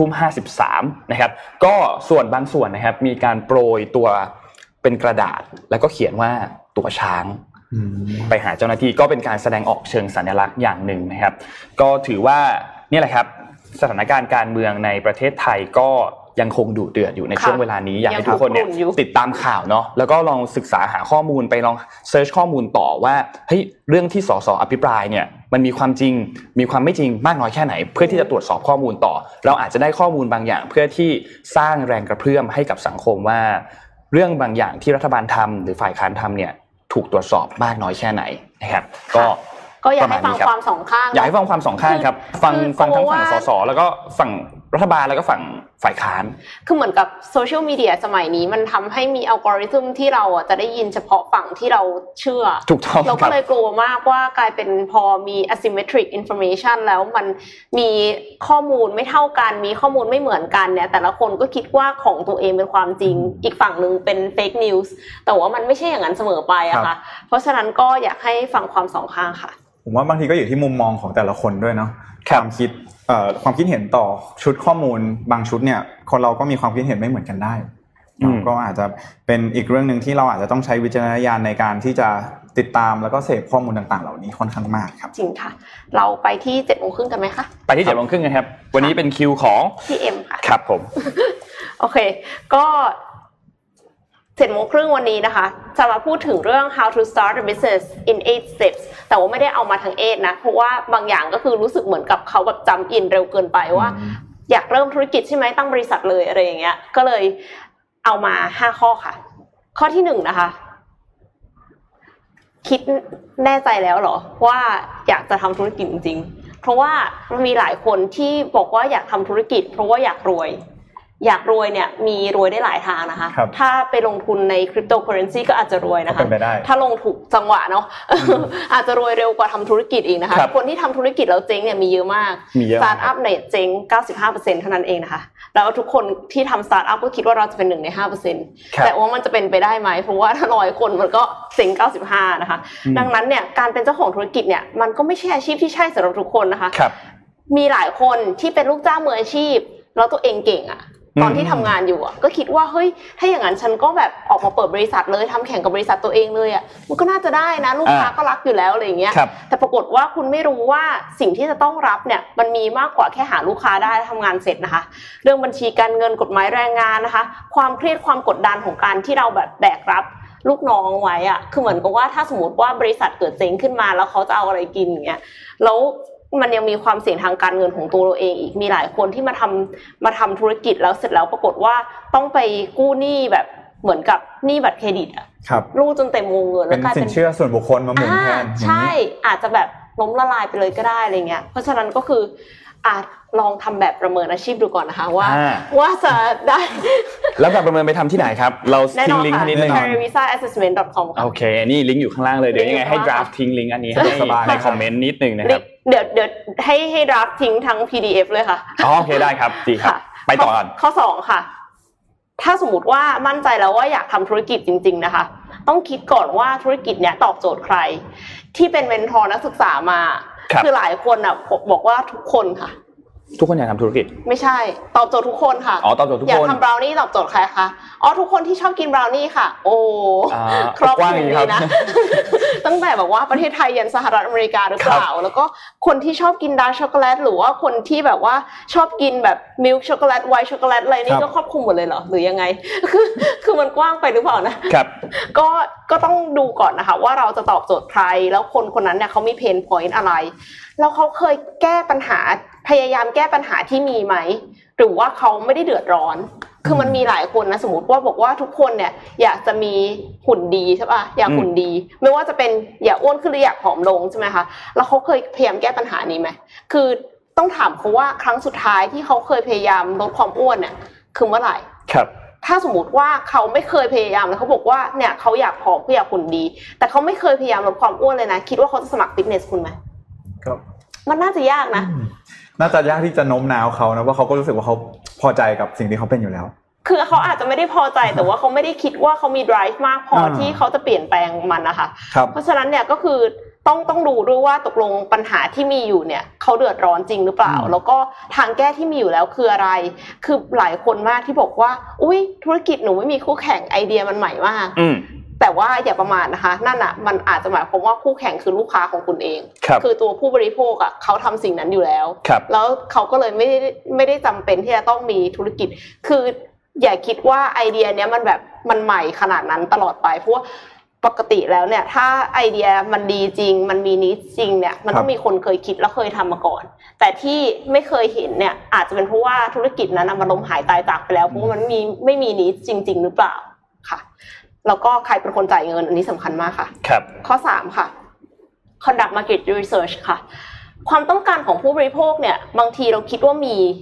20:53 นะครับก็ส่วนบางส่วนนะครับมีการโปรยตัวเป็นกระดาษแล้วก็เขียนว่าตัวช้างไปหาเจ้าหน้าที่ก็เป็นการแสดงออกเชิงสัญลักษณ์อย่างหนึ่งนะครับก็ถือว่านี่แหละครับสถานการณ์การเมืองในประเทศไทยก็ยังคงดุเดือดอยู่ในช่วงเวลานี้อยากให้ทุกคนเนี่ยติดตามข่าวเนาะแล้วก็ลองศึกษาหาข้อมูลไปลองเซิร์ชข้อมูลต่อว่าเฮ้ยเรื่องที่สสอภิปรายเนี่ยมันมีความจริงมีความไม่จริงมากน้อยแค่ไหนเพื่อที่จะตรวจสอบข้อมูลต่อเราอาจจะได้ข้อมูลบางอย่างเพื่อที่สร้างแรงกระเพื่อมให้กับสังคมว่าเรื่องบางอย่างที่รัฐบาลทำหรือฝ่ายค้านทำเนี่ยถูกตรวจสอบมากน้อยแค่ไหนนะครับก็อยากให้ฟังความสองข้างอยากให้ฟังความสองข้างครับฟังทั้งฝั่งสสแล้วก็ฝั่งรัฐบาลแล้วก็ฝั่งฝ่ายค้านคือเหมือนกับโซเชียลมีเดียสมัยนี้มันทำให้มีอัลกอริทึมที่เราจะได้ยินเฉพาะฝั่งที่เราเชื่อถูกต้องเราก็เลยกลัวมากว่ากลายเป็นพอมี asymmetric information แล้วมันมีข้อมูลไม่เท่ากันมีข้อมูลไม่เหมือนกันเนี่ยแต่ละคนก็คิดว่าของตัวเองเป็นความจริงอีกฝั่งนึงเป็น fake news แต่ว่ามันไม่ใช่อย่างนั้นเสมอไปอะค่ะเพราะฉะนั้นก็อยากให้ฟังความสองข้างค่ะผมว่าบางทีก็อยู่ที่มุมมองของแต่ละคนด้วยเนาะความคิดเห็นต่อชุดข้อมูลบางชุดเนี่ยคนเราก็มีความคิดเห็นไม่เหมือนกันได้ก็อาจจะเป็นอีกเรื่องนึงที่เราอาจจะต้องใช้วิจารณญาณในการที่จะติดตามแล้วก็เสพข้อมูลต่างๆเหล่านี้ค่อนข้างมากครับจริงค่ะเราไปที่ 7:30 นกันมั้ยคะไปที่ 7:30 นกันครับวันนี้เป็นคิวของพี่เอ็มค่ะครับผมโอเคก็7:30 นวันนี้นะคะจะมาพูดถึงเรื่อง how to start a business in 8 steps แต่ว่าไม่ได้เอามาทั้ง8นะเพราะว่าบางอย่างก็คือรู้สึกเหมือนกับเขาแบบจำอินเร็วเกินไปว่าอยากเริ่มธุรกิจใช่ไหมตั้งบริษัทเลยอะไรอย่างเงี้ยก็เลยเอามา5ข้อค่ะข้อที่1นะคะคิดแน่ใจแล้วเหรอว่าอยากจะทำธุรกิจจริงๆเพราะว่ามันมีหลายคนที่บอกว่าอยากทำธุรกิจเพราะว่าอยากรวยเนี่ยมีรวยได้หลายทางนะคะถ้าไปลงทุนในคริปโตเคอเรนซีก็อาจจะรวยนะคะถ้าลงถูกจังหวะเนาะ อาจจะรวยเร็วกว่าทำธุรกิจอีกนะคะคนที่ทำธุรกิจแล้วเจ๊งเนี่ยมีเยอะมากสตาร์ทอัพเนี่ยเจ๊ง 95% เท่านั้นเองนะคะแล้วทุกคนที่ทำสตาร์ทอัพก็คิดว่าเราจะเป็น1ใน 5% แต่ว่ามันจะเป็นไปได้ไหมเพราะว่าถ้า100คนมันก็เจ๊ง 95 นะคะดังนั้นเนี่ยการเป็นเจ้าของธุรกิจเนี่ยมันก็ไม่ใช่อาชีพที่ใช่สำหรับทุกคนนะคะมีหลายคนที่เป็นลูกจ้างมืออาชีพแล้วตัวเองเก่งอะตอนที่ทำงานอยู่อ่ะก็คิดว่าเฮ้ยถ้าอย่างนั้นฉันก็แบบออกมาเปิดบริษัทเลยทำแข่งกับบริษัทตัวเองเลยอ่ะมันก็น่าจะได้นะลูกค้าก็รักอยู่แล้วอะไรอย่างเงี้ยแต่ปรากฏว่าคุณไม่รู้ว่าสิ่งที่จะต้องรับเนี่ยมันมีมากกว่าแค่หาลูกค้าได้ทำงานเสร็จนะคะเรื่องบัญชีการเงินกฎหมายแรงงานนะคะความเครียดความกดดันของการที่เราแบบแบกรับลูกน้องไว้อ่ะคือเหมือนกับว่าถ้าสมมติว่าบริษัทเกิดเจ๊งขึ้นมาแล้วเขาจะเอาอะไรกินอย่างเงี้ยแล้วมันยังมีความเสี่ยงทางการเงินของตัวเราเองอีกมีหลายคนที่มาทำธุรกิจแล้วเสร็จแล้วปรากฏว่าต้องไปกู้หนี้แบบเหมือนกับหนี้บัตรเครดิตอ่ะรูดจนเต็มวงเงินแล้วกลายเป็นสินเชื่อส่วนบุคคลมาหมุนแทนใช่อาจจะแบบล้มละลายไปเลยก็ได้อะไรเงี้ยเพราะฉะนั้นก็คือลองทำแบบประเมินอาชีพดูก่อนนะคะว่าจะได้แล้วแบบประเมินไปทำที่ไหนครับเราทิ้งลิงก์นิดนึง careervisaassessment.com โอเคนี่ลิงก์อยู่ข้างล่างเลยเดี๋ยวยังไงให้ draft ทิ้งลิงก์อันนี้ให้ในคอมเมนต์นิดนึงนะครับเดี๋ยวให้ draft ทิ้งทั้ง PDF เลยค่ะโอเคได้ครับดีครับไปต่อกันข้อ2ค่ะถ้าสมมุติว่ามั่นใจแล้วว่าอยากทำธุรกิจจริงๆนะคะต้องคิดก่อนว่าธุรกิจเนี้ยตอบโจทย์ใครที่เป็นเมนทอร์นักศึกษามาคือหลายคนอ่ะบอกว่าทุกคนค่ะทุกคนอยากทำธุรกิจไม่ใช่ตอบโจทย์ทุกคนค่ะตอบโจทย์ทุกคนอยากทำบราวนี่ตอบโจทย์ใครคะทุกคนที่ชอบกินบราวนี่ค่ะโอ้ครอบคลุมดีนะตั้งแต่แบบว่าประเทศไทยยันสหรัฐอเมริกาหรือเปล่าแล้วก็คนที่ชอบกินดาร์กช็อกโกแลตหรือว่าคนที่แบบว่าชอบกินแบบมิลค์ช็อกโกแลตไวท์ช็อกโกแลตอะไรนี่ก็ครอบคลุมหมดเลยเหรอหรือยังไงคือมันกว้างไปหรือเปล่านะครับก็ต้องดูก่อนนะคะว่าเราจะตอบโจทย์ใครแล้วคนนั้นเนี่ยเขามีเพนพอยต์อะไรแล้วเขาเคยแก้ปัญหาพยายามแก้ปัญหาที่มีไหมหรือว่าเขาไม่ได้เดือดร้อนคือมันมีหลายคนนะสมมติว่าบอกว่าทุกคนเนี่ยอยากจะมีหุ่นดีใช่ป่ะอยากหุ่นดีไม่ว่าจะเป็นอยากอ้วนขึ้นหรืออยากผอมลงใช่ไหมคะแล้วเขาเคยพยายามแก้ปัญหานี้ไหมคือต้องถามเขาว่าครั้งสุดท้ายที่เขาเคยพยายามลดความอ้วนเนี่ยคือเมื่อไหร่ครับถ้าสมมติว่าเขาไม่เคยพยายามแล้วเขาบอกว่าเนี่ยเขาอยากผอมเขาอยากหุ่นดีแต่เขาไม่เคยพยายามลดความอ้วนเลยนะคิดว่าเขาจะสมัครฟิตเนสคุณไหมครับมันน่าจะยากนะน่าจะยากที่จะโน้มน้าวเขานะว่าเขาก็รู้สึกว่าเขาพอใจกับสิ่งที่เขาเป็นอยู่แล้วคือเขาอาจจะไม่ได้พอใจแต่ว่าเขาไม่ได้คิดว่าเขามี drive มากพอที่เขาจะเปลี่ยนแปลงมันนะคะเพราะฉะนั้นเนี่ยก็คือต้องดูด้วยว่าตกลงปัญหาที่มีอยู่เนี่ยเขาเดือดร้อนจริงหรือเปล่าแล้วก็ทางแก้ที่มีอยู่แล้วคืออะไรคือหลายคนมากที่บอกว่าอุ๊ยธุรกิจหนูไม่มีคู่แข่งไอเดียมันใหม่มากแต่ว่าอย่าประมาทนะคะนั่นน่ะมันอาจจะหมายความว่าคู่แข่งคือลูกค้าของคุณเองคือตัวผู้บริโภคอ่ะเขาทำสิ่งนั้นอยู่แล้วแล้วเขาก็เลยไม่ได้จำเป็นที่จะต้องมีธุรกิจคืออย่าคิดว่าไอเดียเนี้ยมันแบบมันใหม่ขนาดนั้นตลอดไปเพราะว่าปกติแล้วเนี่ยถ้าไอเดียมันดีจริงมันมีนิดจริงเนี่ยมันต้องมีคนเคยคิดแล้วเคยทำมาก่อนแต่ที่ไม่เคยเห็นเนี่ยอาจจะเป็นเพราะว่าธุรกิจนั้นมันล้มหายตายจากไปแล้วเพราะว่ามันไม่มีนิดจริงๆหรือเปล่าค่ะแล้วก็ใครเป็นคนจ่ายเงินอันนี้สำคัญมากค่ะครับข้อ3ค่ะ conduct market research ค่ะความต้องการของผู้บริโภคเนี่ยบางทีเราคิดว่ามี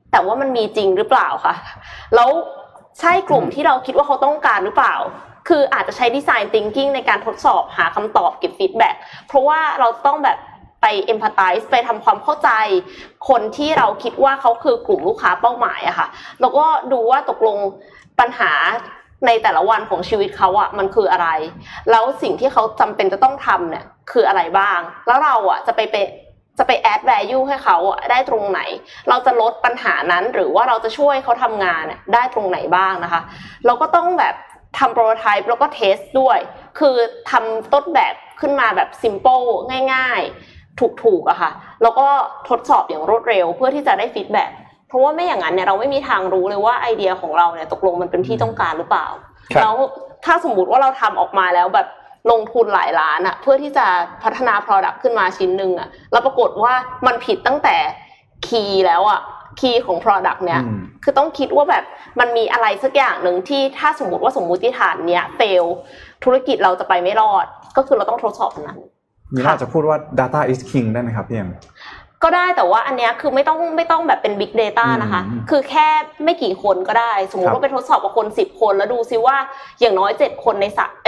แต่ว่ามันมีจริงหรือเปล่าคะแล้วใช่กลุ่มที่เราคิดว่าเขาต้องการหรือเปล่าคืออาจจะใช้ design thinking ในการทดสอบหาคำตอบเก็บ feedback เพราะว่าเราต้องแบบไป empathize ไปทำความเข้าใจคนที่เราคิดว่าเขาคือกลุ่มลูกค้าเป้าหมายอะค่ะแล้วก็ดูว่าตกลงปัญหาในแต่ละวันของชีวิตเขาอะมันคืออะไรแล้วสิ่งที่เขาจำเป็นจะต้องทำเนี่ยคืออะไรบ้างแล้วเราอะจะไป add value ให้เขาได้ตรงไหนเราจะลดปัญหานั้นหรือว่าเราจะช่วยเขาทำงานได้ตรงไหนบ้างนะคะเราก็ต้องแบบทำ prototype แล้วก็ test ด้วยคือทำต้นแบบขึ้นมาแบบ simple ง่ายๆถูกๆอะค่ะแล้วก็ทดสอบอย่างรวดเร็วเพื่อที่จะได้ feedback เพราะว่าไม่อย่างนั้นเนี่ยเราไม่มีทางรู้เลยว่าไอเดียของเราเนี่ยตกลงมันเป็นที่ต้องการหรือเปล่าแล้วถ้าสมมุติว่าเราทำออกมาแล้วแบบลงทุนหลายล้านอะเพื่อที่จะพัฒนา product ขึ้นมาชิ้นนึงอะแล้วปรากฏว่ามันผิดตั้งแต่ key แล้วอะ key ของ product เนี่ยคือต้องคิดว่าแบบมันมีอะไรสักอย่างนึงที่ถ้าสมมุติว่าสมมุติฐานเนี้ย fail ธุรกิจเราจะไปไม่รอดก็คือเราต้องทดสอบนั้นนี่เราจะพูดว่า data is king ได้ไหมครับพี่เอ็มก็ได้แต่ว่าอันเนี้ยคือไม่ต้องแบบเป็น big data นะคะคือแค่ไม่กี่คนก็ได้สมมุติว่าไปทดสอบกับคน10คนแล้วดูซิว่าอย่างน้อย7คนใน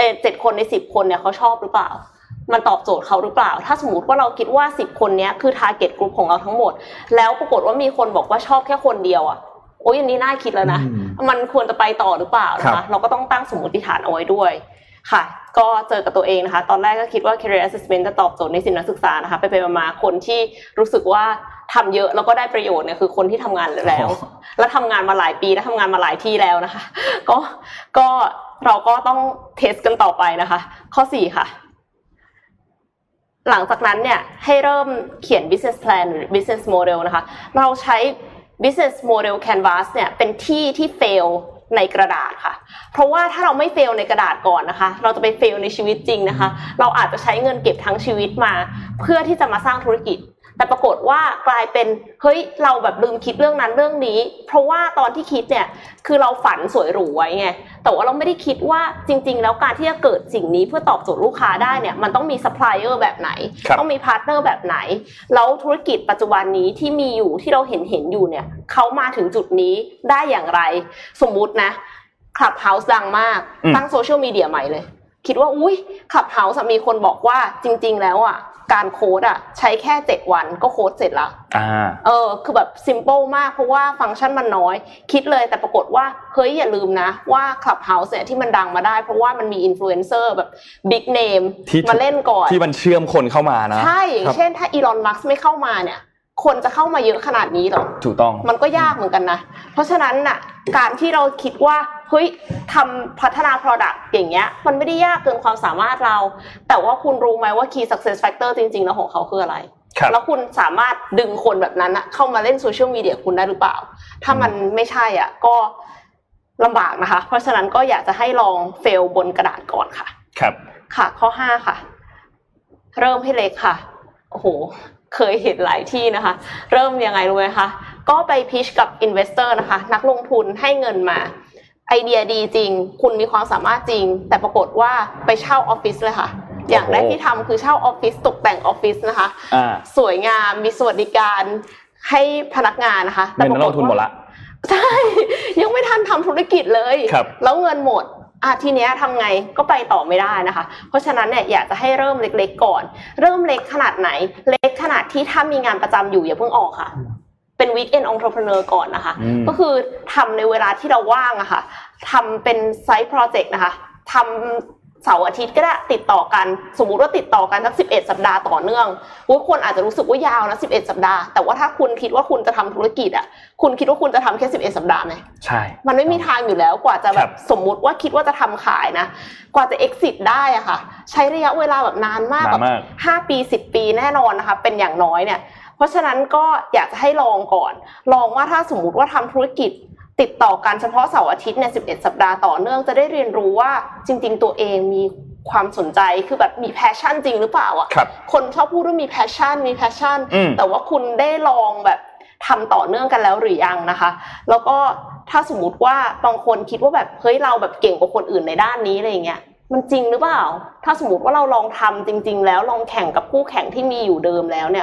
7คนใน10คนเนี่ยเขาชอบหรือเปล่ามันตอบโจทย์เขาหรือเปล่าถ้าสมมุติว่าเราคิดว่า10คนเนี้ยคือ target group ของเราทั้งหมดแล้วปรากฏว่ามีคนบอกว่าชอบแค่คนเดียวอ่ะโอ้ยอันนี้น่าคิดแล้วนะมันควรจะไปต่อหรือเปล่านะคะเราก็ต้องตั้งสมมติฐานเอาไว้ด้วยค่ะก็เจอกับตัวเองนะคะตอนแรกก็คิดว่า career assessment จะตอบโจทย์ในสินนักศึกษานะคะไปมาคนที่รู้สึกว่าทำเยอะแล้วก็ได้ประโยชน์เนี่ยคือคนที่ทำงานแล้วทำงานมาหลายปีแล้วทำงานมาหลายที่แล้วนะคะก็เราก็ต้องเทสกันต่อไปนะคะข้อ4ค่ะหลังจากนั้นเนี่ยให้เริ่มเขียน business plan หรือ business model นะคะเราใช้ business model canvas เนี่ยเป็นที่ fail ในกระดาษค่ะเพราะว่าถ้าเราไม่ fail ในกระดาษก่อนนะคะเราจะไป fail ในชีวิตจริงนะคะเราอาจจะใช้เงินเก็บทั้งชีวิตมาเพื่อที่จะมาสร้างธุรกิจแต่ปรากฏว่ากลายเป็นเฮ้ยเราแบบลืมคิดเรื่องนั้นเรื่องนี้เพราะว่าตอนที่คิดเนี่ยคือเราฝันสวยหรูไว้ไงแต่ว่าเราไม่ได้คิดว่าจริงๆแล้วการที่จะเกิดสิ่งนี้เพื่อตอบโจทย์ลูกค้าได้เนี่ยมันต้องมีซัพพลายเออร์แบบไหนต้องมีพาร์ทเนอร์แบบไหนแล้วธุรกิจปัจจุบันนี้ที่มีอยู่ที่เราเห็นอยู่เนี่ยเขามาถึงจุดนี้ได้อย่างไรสมมุตินะ Clubhouse ดังมากตั้งโซเชียลมีเดียใหม่เลยคิดว่าอุ๊ย Clubhouse มีคนบอกว่าจริงๆแล้วอ่ะการโค้ดอ่ะใช้แค่7วันก็โค้ดเสร็จละคือแบบซิมเปิลมากเพราะว่าฟังก์ชันมันน้อยคิดเลยแต่ปรากฏว่าเฮ้ยอย่าลืมนะว่า Clubhouse เนี่ยที่มันดังมาได้เพราะว่ามันมีอินฟลูเอนเซอร์แบบบิ๊กเนมมาเล่นก่อนที่มันเชื่อมคนเข้ามานะใช่เช่นถ้าอีลอนมัสก์ไม่เข้ามาเนี่ยคนจะเข้ามาเยอะขนาดนี้หรอถูกต้องมันก็ยากเหมือนกันนะเพราะฉะนั้นน่ะการที่เราคิดว่าเฮ้ยทำพัฒนา product อย่างเงี้ยมันไม่ได้ยากเกินความสามารถเราแต่ว่าคุณรู้ไหมว่า key success factor จริงๆแล้วของเขาคืออะไรแล้วคุณสามารถดึงคนแบบนั้นเข้ามาเล่นโซเชียลมีเดียคุณได้หรือเปล่าถ้ามันไม่ใช่ก็ลำบากนะคะเพราะฉะนั้นก็อยากจะให้ลองเฟลบนกระดาษก่อนค่ะครับค่ะข้อ5ค่ะเริ่มให้เล็กค่ะโอ้โหเคยเห็นหลายที่นะคะเริ่มยังไงรู้ไหมคะก็ไปพิชกับ investor นะคะนักลงทุนให้เงินมาไอเดียดีจริงคุณมีความสามารถจริงแต่ปรากฏว่าไปเช่าออฟฟิศเลยค่ะอย่างแรกที่ทำคือเช่าออฟฟิศตกแต่งออฟฟิศนะคะสวยงามมีสวัสดิการให้พนักงานนะคะแต่ปรากฏว่าลงทุนหมดละใช่ยังไม่ทันทำธุรกิจเลยแล้วเงินหมดทีเนี้ยทำไงก็ไปต่อไม่ได้นะคะเพราะฉะนั้นเนี่ยอยากจะให้เริ่มเล็กๆก่อนเริ่มเล็กขนาดไหนเล็กขนาดที่ถ้ามีงานประจำอยู่อย่าเพิ่งออกค่ะเป็น weekend entrepreneur ก่อนนะคะก็คือทำในเวลาที่เราว่างอะค่ะทำเป็น side project นะคะทำเสาร์อาทิตย์ก็ได้ติดต่อกันสมมุติว่าติดต่อกันสัก11สัปดาห์ต่อเนื่องคนอาจจะรู้สึกว่ายาวนะ11สัปดาห์แต่ว่าถ้าคุณคิดว่าคุณจะทำธุรกิจอ่ะคุณคิดว่าคุณจะทำแค่11สัปดาห์ไหมใช่มันไม่มีทางอยู่แล้วกว่าจะแบบสมมุติว่าคิดว่าจะทำขายนะกว่าจะ exit ได้อะค่ะใช้ระยะเวลาแบบนานมากแบบ5ปี10ปีแน่นอนนะคะเป็นอย่างน้อยเนี่ยเพราะฉะนั้นก็อยากจะให้ลองก่อนลองว่าถ้าสมมุติว่าทำธุรกิจติดต่อกันเฉพาะเสาร์อาทิตย์เนี่ย11สัปดาห์ต่อเนื่องจะได้เรียนรู้ว่าจริงๆตัวเองมีความสนใจคือแบบมี passion จริงหรือเปล่าอ่ะคนชอบพูดว่ามี passion แต่ว่าคุณได้ลองแบบทำต่อเนื่องกันแล้วหรือยังนะคะแล้วก็ถ้าสมมุติว่าบางคนคิดว่าแบบเฮ้ยเราแบบเก่งกว่าคนอื่นในด้านนี้อะไรอย่างเงี้ยมันจริงหรือเปล่าถ้าสมมุติว่าเราลองทำจริงๆแล้วลองแข่งกับคู่แข่งที่มีอยู่เดิมแล้วเนี่ย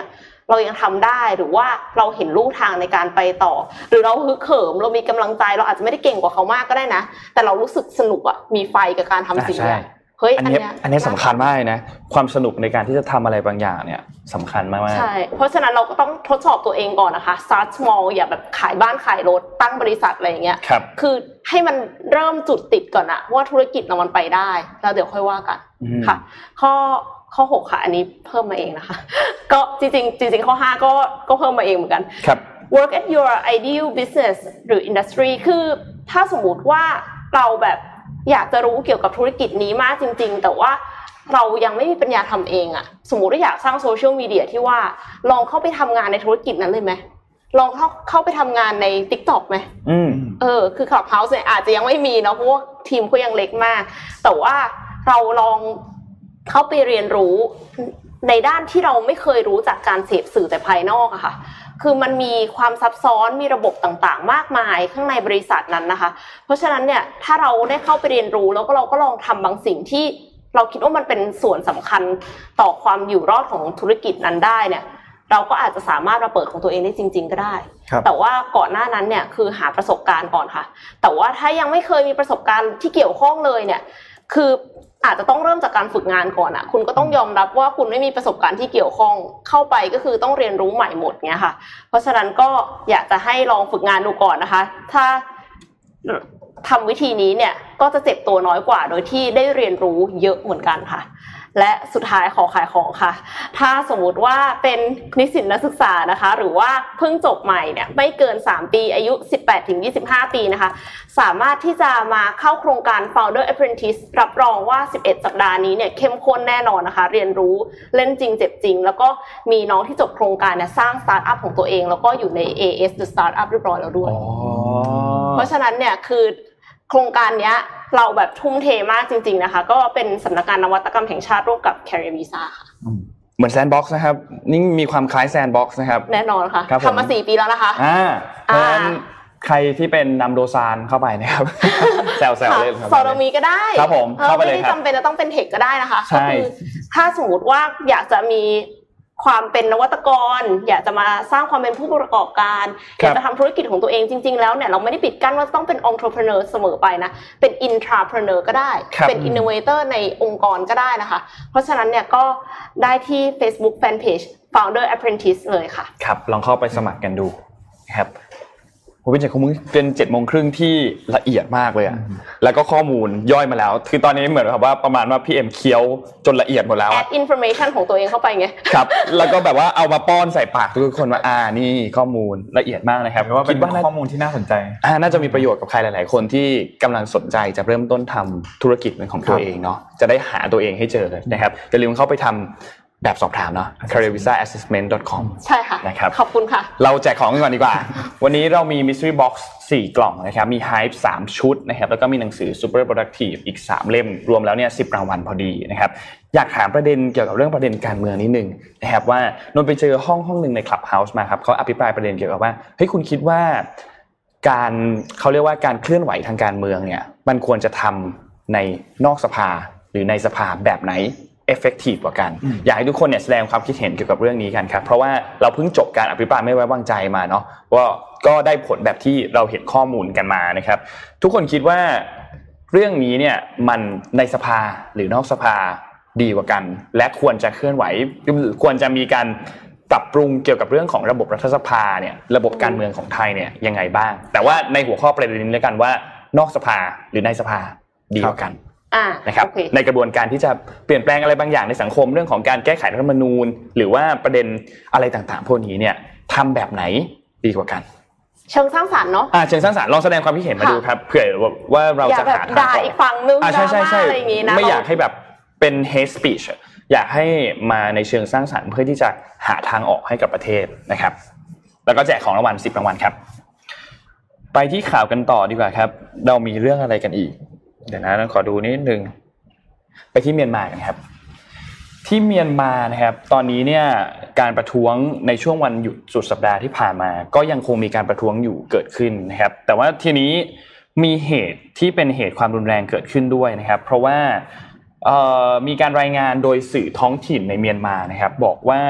เรายังทำได้หรือว่าเราเห็นลู่ทางในการไปต่อหรือเราฮึกเหิมเรามีกำลังใจเราอาจจะไม่ได้เก่งกว่าเขามากก็ได้นะแต่เรารู้สึกสนุกอ่ะมีไฟกับการทำสิ่งนี้เฮ้ยอันนี้สำคัญมากนะความสนุกในการที่จะทำอะไรบางอย่างเนี่ยสำคัญมากๆใช่เพราะฉะนั้นเราก็ต้องทดสอบตัวเองก่อนนะคะ start small อย่าแบบขายบ้านขายรถตั้งบริษัทอะไรอย่างเงี้ยคือให้มันเริ่มจุดติดก่อนอะว่าธุรกิจเรามันไปได้แล้วเดี๋ยวค่อยว่ากันค่ะข้อ6ค่ะอันนี้เพิ่มมาเองนะคะก็จริงข้อ5ก็เพิ่มมาเองเหมือนกันครับ work at your ideal business หรือ industry คือถ้าสมมุติว่าเราแบบอยากจะรู้เกี่ยวกับธุรกิจนี้มากจริงๆแต่ว่าเรายังไม่มีปัญญาทำเองอะสมมุติว่าอยากสร้างโซเชียลมีเดียที่ว่าลองเข้าไปทำงานในธุรกิจนั้นเลยไหมลองเข้าไปทำงานใน TikTok ไหมคือ Clubhouse เนี่ยอาจจะยังไม่มีเนาะเพราะว่าทีมก็ยังเล็กมากแต่ว่าเราลองเข้าไปเรียนรู้ในด้านที่เราไม่เคยรู้จากการเสพสื่อแต่ภายนอกอะค่ะคือมันมีความซับซ้อนมีระบบต่างๆมากมายข้างในบริษัทนั้นนะคะเพราะฉะนั้นเนี่ยถ้าเราได้เข้าไปเรียนรู้แล้วก็เราก็ลองทำบางสิ่งที่เราคิดว่ามันเป็นส่วนสำคัญต่อความอยู่รอดของธุรกิจนั้นได้เนี่ยเราก็อาจจะสามารถมาเปิดของตัวเองได้จริงๆก็ได้แต่ว่าก่อนหน้านั้นเนี่ยคือหาประสบการณ์ก่อนค่ะแต่ว่าถ้ายังไม่เคยมีประสบการณ์ที่เกี่ยวข้องเลยเนี่ยคืออาจจะต้องเริ่มจากการฝึกงานก่อนอ่ะคุณก็ต้องยอมรับว่าคุณไม่มีประสบการณ์ที่เกี่ยวข้องเข้าไปก็คือต้องเรียนรู้ใหม่หมดเงี้ยค่ะเพราะฉะนั้นก็อยากจะให้ลองฝึกงานดูก่อนนะคะถ้าทำวิธีนี้เนี่ยก็จะเจ็บตัวน้อยกว่าโดยที่ได้เรียนรู้เยอะเหมือนกันค่ะและสุดท้ายขอขายของค่ะถ้าสมมุติว่าเป็นนิสิตนักศึกษานะคะหรือว่าเพิ่งจบใหม่เนี่ยไม่เกิน3ปีอายุ 18-25 ปีนะคะสามารถที่จะมาเข้าโครงการ Founder Apprentice รับรองว่า11สัปดาห์นี้เนี่ยเข้มข้นแน่นอนนะคะเรียนรู้เล่นจริงเจ็บจริงแล้วก็มีน้องที่จบโครงการเนี่ยสร้างสตาร์ทอัพของตัวเองแล้วก็อยู่ใน AS The Startup เรียบร้อยแล้วด้วยเพราะฉะนั้นเนี่ยคือโครงการนี้เราแบบทุ่มเทมากจริงๆนะคะก็เป็นสำนักงานนวัตกรรมแห่งชาติร่วมกับ Career Visa ค่ะเหมือนแซนด์บ็อกซ์นะครับนี่มีความคล้ายแซนด์บ็อกซ์นะครับแน่นอนค่ะทำมา4ปีแล้วนะคะเพราะฉะนั้นใครที่เป็นนำโดซานเข้าไปนะครับแซวๆเลยครับซอโลมีก็ได้ครับผมเข้าไปเลยครับไม่ได้จำเป็นจะต้องเป็นเทคก็ได้นะคะก็คือถ้าสมมติว่าอยากจะมีความเป็นนวัตกรอยากจะมาสร้างความเป็นผู้ประกอบการอยากจะทำธุรกิจของตัวเองจริงๆแล้วเนี่ยเราไม่ได้ปิดกั้นว่าต้องเป็น entrepreneur เสมอไปนะเป็น intrapreneur ก็ได้เป็น innovator ในองค์กรก็ได้นะคะเพราะฉะนั้นเนี่ยก็ได้ที่ Facebook Fanpage Founder Apprentice เลยค่ะครับลองเข้าไปสมัครกันดูครับผมเป็นของมึงเป็น 7:30 นที่ละเอียดมากเลยอ่ะแล้วก็ข้อมูลย่อยมาแล้วคือตอนนี้เหมือนกับว่าประมาณว่าพี่เอ็มเคี้ยวจนละเอียดหมดแล้ว add information ของตัวเองเข้าไปไงครับแล้วก็แบบว่าเอามาป้อนใส่ปากทุกคนว่านี่ข้อมูลละเอียดมากนะครับว่าเป็นข้อมูลที่น่าสนใจน่าจะมีประโยชน์กับใครหลายๆคนที่กำลังสนใจจะเริ่มต้นทำธุรกิจเป็นของตัวเองเนาะจะได้หาตัวเองให้เจอนะครับอย่าลืมเข้าไปทำแบบสอบถามเนาะ careervisaassessment.com ใช่ค่ะนะครับขอบคุณค่ะเราแจกของกันก่อนดีกว่าวันนี้เรามี mystery box 4 กล่องนะครับมี hype 3 ชุดนะครับแล้วก็มีหนังสือ super productive อีก3 เล่มรวมแล้วเนี่ย10 รางวัลพอดีนะครับอยากถามประเด็นเกี่ยวกับเรื่องประเด็นการเมืองนิดนึงนะครับว่านนไปเจอห้องนึงใน Clubhouse มาครับเขาอภิปรายประเด็นเกี่ยวกับว่าเฮ้ยคุณคิดว่าการเขาเรียกว่าการเคลื่อนไหวทางการเมืองเนี่ยมันควรจะทำในนอกสภาหรือในสภาแบบไหนeffective กว่ากันอยากให้ทุกคนเนี่ยแสดงความคิดเห็นเกี่ยวกับเรื่องนี้กันครับเพราะว่าเราเพิ่งจบการอภิปรายไม่ไว้วางใจมาเนาะว่าก็ได้ผลแบบที่เราเห็นข้อมูลกันมานะครับทุกคนคิดว่าเรื่องนี้เนี่ยมันในสภาหรือนอกสภาดีกว่ากันและควรจะเคลื่อนไหวควรจะมีการปรับปรุงเกี่ยวกับเรื่องของระบบรัฐสภาเนี่ยระบบการเมืองของไทยเนี่ยยังไงบ้างแต่ว่าในหัวข้อประเด็นนี้แล้วกันว่านอกสภาหรือในสภาดีกว่ากันนะครับในกระบวนการที่จะเปลี่ยนแปลงอะไรบางอย่างในสังคมเรื่องของการแก้ไขรัฐธรรมนูญหรือว่าประเด็นอะไรต่างๆพวกนี้เนี่ยทำแบบไหนดีกว่ากันเชิงสร้างสรรค์เนาะเชิงสร้างสรรค์ลองแสดงความคิดเห็นมาดูครับเผื่อว่าเราจะหาทางด่าอีกฝั่งนึงใช่ๆๆอะไรอย่างงี้นะไม่อยากให้แบบเป็น hate speech อยากให้มาในเชิงสร้างสรรค์เพื่อที่จะหาทางออกให้กับประเทศนะครับแล้วก็แจกของรางวัล10 รางวัลครับไปที่ข่าวกันต่อดีกว่าครับเรามีเรื่องอะไรกันอีกเดี๋ยวนะขอดูนิดนึงไปที่เมียนมากันครับที่เมียนมานะครับตอนนี้เนี่ยการประท้วงในช่วงวันหยุดสุดสัปดาห์ที่ผ่านมาก็ยังคงมีการประท้วงอยู่เกิดขึ้นนะครับแต่ว่าทีนี้มีเหตุที่เป็นเหตุความรุนแรงเกิดขึ้นด้วยนะครับเพราะว่ามีการรายงานโดยสื่อท้องถิ่นในเมียนมานะครับบอกว่า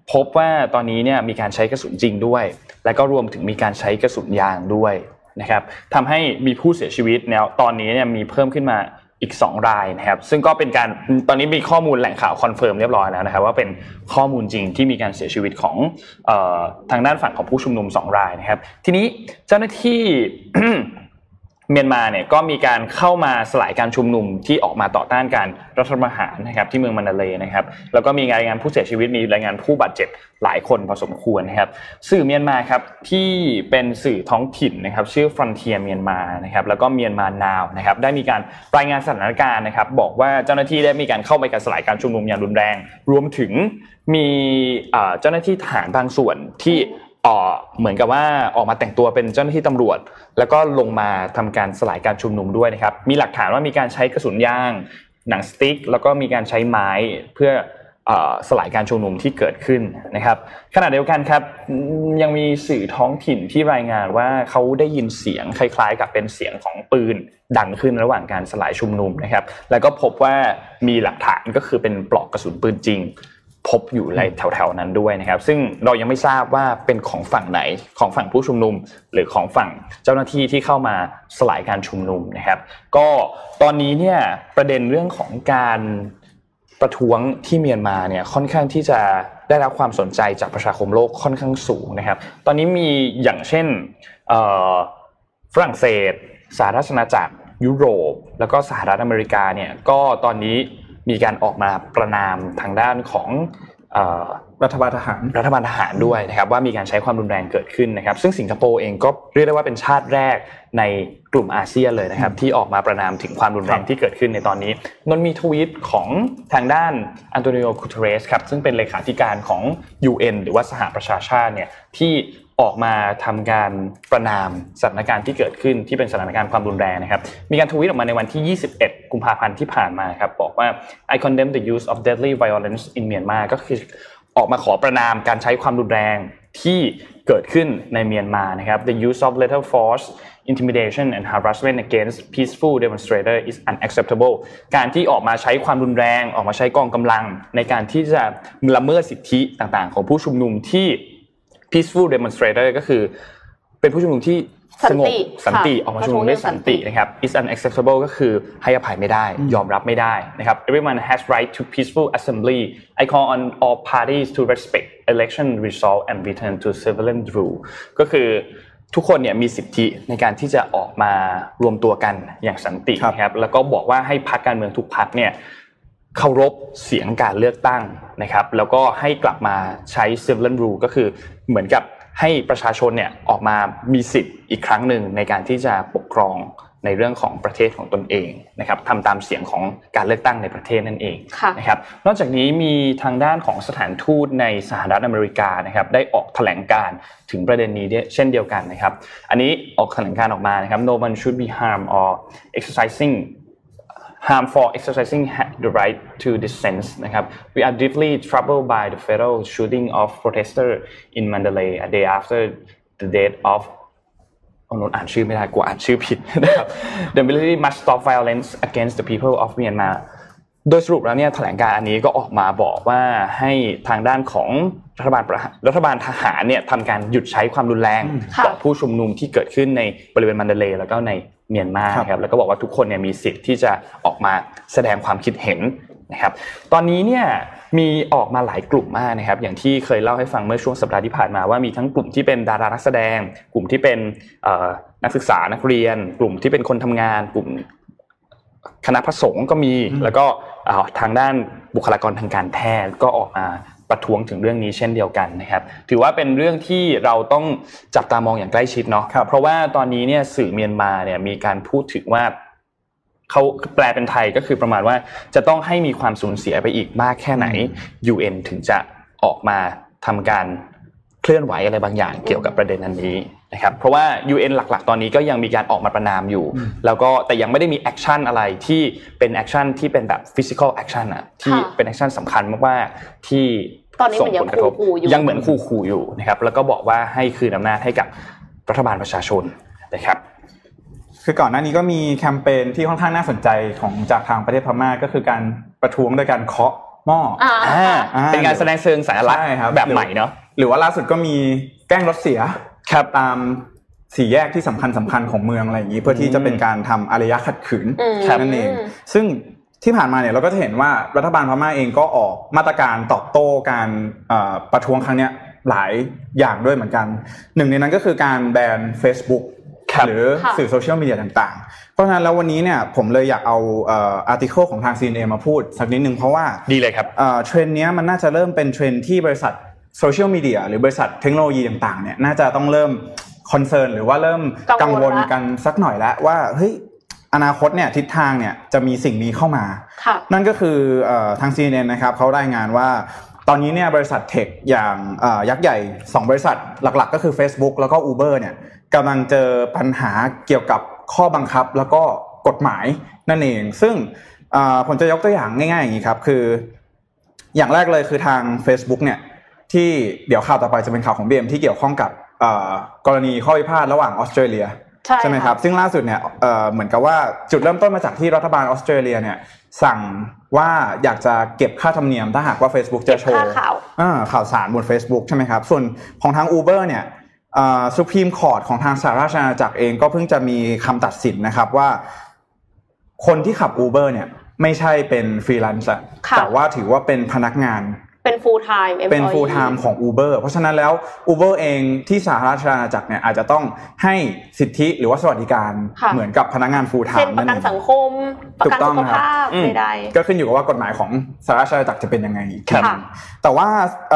พบว่าตอนนี้เนี่ยมีการใช้กระสุนจริงด้วยและก็รวมถึงมีการใช้กระสุนยางด้วยนะครับทำให้มีผู้เสียชีวิตแล้วตอนนี้เนี่ยมีเพิ่มขึ้นมาอีก2รายนะครับซึ่งก็เป็นการตอนนี้มีข้อมูลแหล่งข่าวคอนเฟิร์มเรียบร้อยแล้วนะครับว่าเป็นข้อมูลจริงที่มีการเสียชีวิตของทางด้านฝั่งของผู้ชุมนุม2รายนะครับทีนี้เจ้าหน้าที่ เมียนมาเนี่ยก็มีการเข้ามาสลายการชุมนุมที่ออกมาต่อต้านการรัฐประหารนะครับที่เมืองมันดาเลย์นะครับแล้วก็มีรายงานผู้เสียชีวิตมีรายงานผู้บาดเจ็บหลายคนพอสมควรนะครับสื่อเมียนมาครับที่เป็นสื่อท้องถิ่นนะครับชื่อ Frontier เมียนมานะครับแล้วก็เมียนมา Now นะครับได้มีการรายงานสถานการณ์นะครับบอกว่าเจ้าหน้าที่ได้มีการเข้าไปสลายการชุมนุมอย่างรุนแรงรวมถึงมีเจ้าหน้าที่ทหารบางส่วนที่เหมือนกับว่าออกมาแต่งตัวเป็นเจ้าหน้าที่ตำรวจแล้วก็ลงมาทำการสลายการชุมนุมด้วยนะครับมีหลักฐานว่ามีการใช้กระสุนยางหนังสติ๊กแล้วก็มีการใช้ไม้เพื่อสลายการชุมนุมที่เกิดขึ้นนะครับขณะเดียวกันครับยังมีสื่อท้องถิ่นที่รายงานว่าเขาได้ยินเสียงคล้ายๆกับเป็นเสียงของปืนดังขึ้นระหว่างการสลายชุมนุมนะครับแล้วก็พบว่ามีหลักฐานก็คือเป็นปลอกกระสุนปืนจริงพบอยู่ในแถวๆนั้นด้วยนะครับซึ่งเรายังไม่ทราบว่าเป็นของฝั่งไหนของฝั่งผู้ชุมนุมหรือของฝั่งเจ้าหน้าที่ที่เข้ามาสลายการชุมนุมนะครับก็ตอนนี้เนี่ยประเด็นเรื่องของการประท้วงที่เมียนมาเนี่ยค่อนข้างที่จะได้รับความสนใจจากประชาคมโลกค่อนข้างสูงนะครับตอนนี้มีอย่างเช่นฝรั่งเศสสหราชอาณาจักรยุโรปแล้วก็สหรัฐอเมริกาเนี่ยก็ตอนนี้มีการออกมาประณามทางด้านของรัฐบาลทหารด้วยนะครับว่ามีการใช้ความรุนแรงเกิดขึ้นนะครับซึ่งสิงคโปร์เองก็เรียกได้ว่าเป็นชาติแรกในกลุ่มอาเซียนเลยนะครับที่ออกมาประณามถึงความรุนแรงที่เกิดขึ้นในตอนนี้นนมีทวีตของทางด้านอันโตนิโอ กูเตเรสครับซึ่งเป็นเลขาธิการของ UN หรือว่าสหประชาชาติเนี่ยที่ออกมาทำการประณามสถานการณ์ที่เกิดขึ้นที่เป็นสถานการณ์ความรุนแรงนะครับมีการทวีตออกมาในวันที่21กุมภาพันธ์ที่ผ่านมาครับบอกว่า I condemn the use of deadly violence in Myanmar ก็คือออกมาขอประณามการใช้ความรุนแรงที่เกิดขึ้นในเมียนมานะครับ The use of lethal force intimidation and harassment against peaceful demonstrator is unacceptable การที่ออกมาใช้ความรุนแรงออกมาใช้กองกำลังในการที่จะละเมิดสิทธิต่างๆของผู้ชุมนุมที่peaceful demonstrator ก็คือเป็นผู้ชุมนุมที่สงบสันติออกมาชุมนุมด้วยสันตินะครับ is unacceptable ก็คือให้อภัยไม่ได้ยอมรับไม่ได้นะครับ everyone has right to peaceful assembly I call on all parties to respect election result and return to civilian rule ก็คือทุกคนเนี่ยมีสิทธิในการที่จะออกมารวมตัวกันอย่างสันตินะครับแล้วก็บอกว่าให้พรรคการเมืองทุกพรรคเนี่ยเคารพเสียงการเลือกตั้งนะครับแล้วก็ให้กลับมาใช้ civilian rule ก็คือเหมือนกับให้ประชาชนเนี่ยออกมามีสิทธิ์อีกครั้งหนึ่งในการที่จะปกครองในเรื่องของประเทศของตนเองนะครับทำตามเสียงของการเลือกตั้งในประเทศนั่นเองนะครับนอกจากนี้มีทางด้านของสถานทูตในสหรัฐอเมริกานะครับได้ออกแถลงการถึงประเด็นนี้เช่นเดียวกันนะครับอันนี้ออกแถลงการออกมานะครับ No one should be harmed or harm for exercising the right to dissent นะครับ We are deeply troubled by the fatal shooting of protesters in Mandalay a day after the death of อ่านชื่อไม่ได้กลัวอ่านชื่อผิดนะครับ The military must stop violence against the people of Myanmar โดยสรุปแล้วเนี่ยแถลงการอันนี้ก็ออกมาบอกว่าให้ทางด้านของรัฐบาลทหารเนี่ยทำการหยุดใช้ความรุนแรงต่อผู้ชุมนุมที่เกิดขึ้นในบริเวณมันดาเลย์แล้วก็ในเมียนมาครับแล้วก็บอกว่าทุกคนเนี่ยมีสิทธิ์ที่จะออกมาแสดงความคิดเห็นนะครับตอนนี้เนี่ยมีออกมาหลายกลุ่มมากนะครับอย่างที่เคยเล่าให้ฟังเมื่อช่วงสัปดาห์ที่ผ่านมาว่ามีทั้งกลุ่มที่เป็นดารานักแสดงกลุ่มที่เป็นนักศึกษานักเรียนกลุ่มที่เป็นคนทำงานกลุ่มคณะพระสงฆ์ก็มีแล้วก็ทางด้านบุคลากรทางการแพทย์ก็ออกมาประท้วงถึงเรื่องนี้เช่นเดียวกันนะครับถือว่าเป็นเรื่องที่เราต้องจับตามองอย่างใกล้ชิดเนาะเพราะว่าตอนนี้เนี่ยสื่อเมียนมาเนี่ยมีการพูดถึงว่าเขาแปลเป็นไทยก็คือประมาณว่าจะต้องให้มีความสูญเสียไปอีกมากแค่ไหน UN ถึงจะออกมาทำการเคลื่อนไหวอะไรบางอย่างเกี่ยวกับประเด็นอันนี้นะครับเพราะว่า UN หลักๆตอนนี้ก็ยังมีการออกมาประณามอยู่แล้วก็แต่ยังไม่ได้มีแอคชั่นอะไรที่เป็นแอคชั่นที่เป็นแบบ physical action อ่ะที่เป็นแอคชั่นสำคัญมากๆที่ส่งผลกระทบยังเหมือนขู่อยู่นะครับแล้วก็บอกว่าให้คืนอำนาจให้กับรัฐบาลประชาชนนะครับคือก่อนหน้านี้ก็มีแคมเปญที่ค่อนข้างน่าสนใจของจากทางประเทศพม่าก็คือการประท้วงโดยการเคาะเป็นการแสดงเชิงสัญลักษณ์แบบใหม่เนาะหรือว่าล่าสุดก็มีแกล้งรถเสียตามสี่แยกที่สำคัญของเมืองอะไรอย่างนี้เพื่อที่จะเป็นการทำอารยะขัดขืนนั่นเองซึ่งที่ผ่านมาเนี่ยเราก็จะเห็นว่ารัฐบาลพม่าเองก็ออกมาตรการตอบโต้การประท้วงครั้งนี้หลายอย่างด้วยเหมือนกันหนึ่งในนั้นก็คือการแบน Facebook หรือสื่อโซเชียลมีเดียต่างๆเพราะฉะนั้นแล้ววันนี้เนี่ยผมเลยอยากเอาอาร์ติเคิลของทาง CNN มาพูดสักนิดนึงเพราะว่าดีเลยครับเทรนด์นี้มันน่าจะเริ่มเป็นเทรนด์ที่บริษัทโซเชียลมีเดียหรือบริษัทเทคโนโลยีต่างๆเนี่ยน่าจะต้องเริ่มคอนเซิร์นหรือว่าเริ่มกังวลกันสักหน่อยแล้วว่าเฮ้ยอนาคตเนี่ยทิศทางเนี่ยจะมีสิ่งนี้เข้ามานั่นก็คือทาง CNN นะครับเขารายงานว่าตอนนี้เนี่ยบริษัทเทคอย่างยักษ์ใหญ่2บริษัทหลักๆก็คือ Facebook แล้วก็ Uber เนี่ยกำลังเจอปัญหาเกี่ยวกับข้อบังคับแล้วก็กฎหมายนั่นเองซึ่งผมจะยกตัวอย่างง่ายๆอย่างนี้ครับคืออย่างแรกเลยคือทาง Facebook เนี่ยที่เดี๋ยวข่าวต่อไปจะเป็นข่าวของ BM ที่เกี่ยวข้องกับกรณีข้อพิพาทระหว่างออสเตรเลียใช่ไหมครับซึ่งล่าสุดเนี่ยเหมือนกับว่าจุดเริ่มต้นมาจากที่รัฐบาลออสเตรเลียเนี่ยสั่งว่าอยากจะเก็บค่าธรรมเนียมถ้าหากว่า Facebook จะโชว์ข่าวสารบน Facebook ใช่ไหมครับส่วนของทาง Uber เนี่ยSupreme Court ของทางสหราชอาณาจักรเองก็เพิ่งจะมีคำตัดสินนะครับว่าคนที่ขับ Uber เนี่ยไม่ใช่เป็นฟรีแลนซ์แต่ว่าถือว่าเป็นพนักงานเป็น full time employee เป็น full time ของ Uber เพราะฉะนั้นแล้ว Uber เองที่สหราชอาณาจักรเนี่ยอาจจะต้องให้สิทธิหรือว่าสวัสดิการเหมือนกับพนักงาน full time เช่นประกันสังคมประกันสุขภาพใดๆก็ขึ้นอยู่กับว่ากฎหมายของสหราชอาณาจักรจะเป็นยังไงแต่ว่า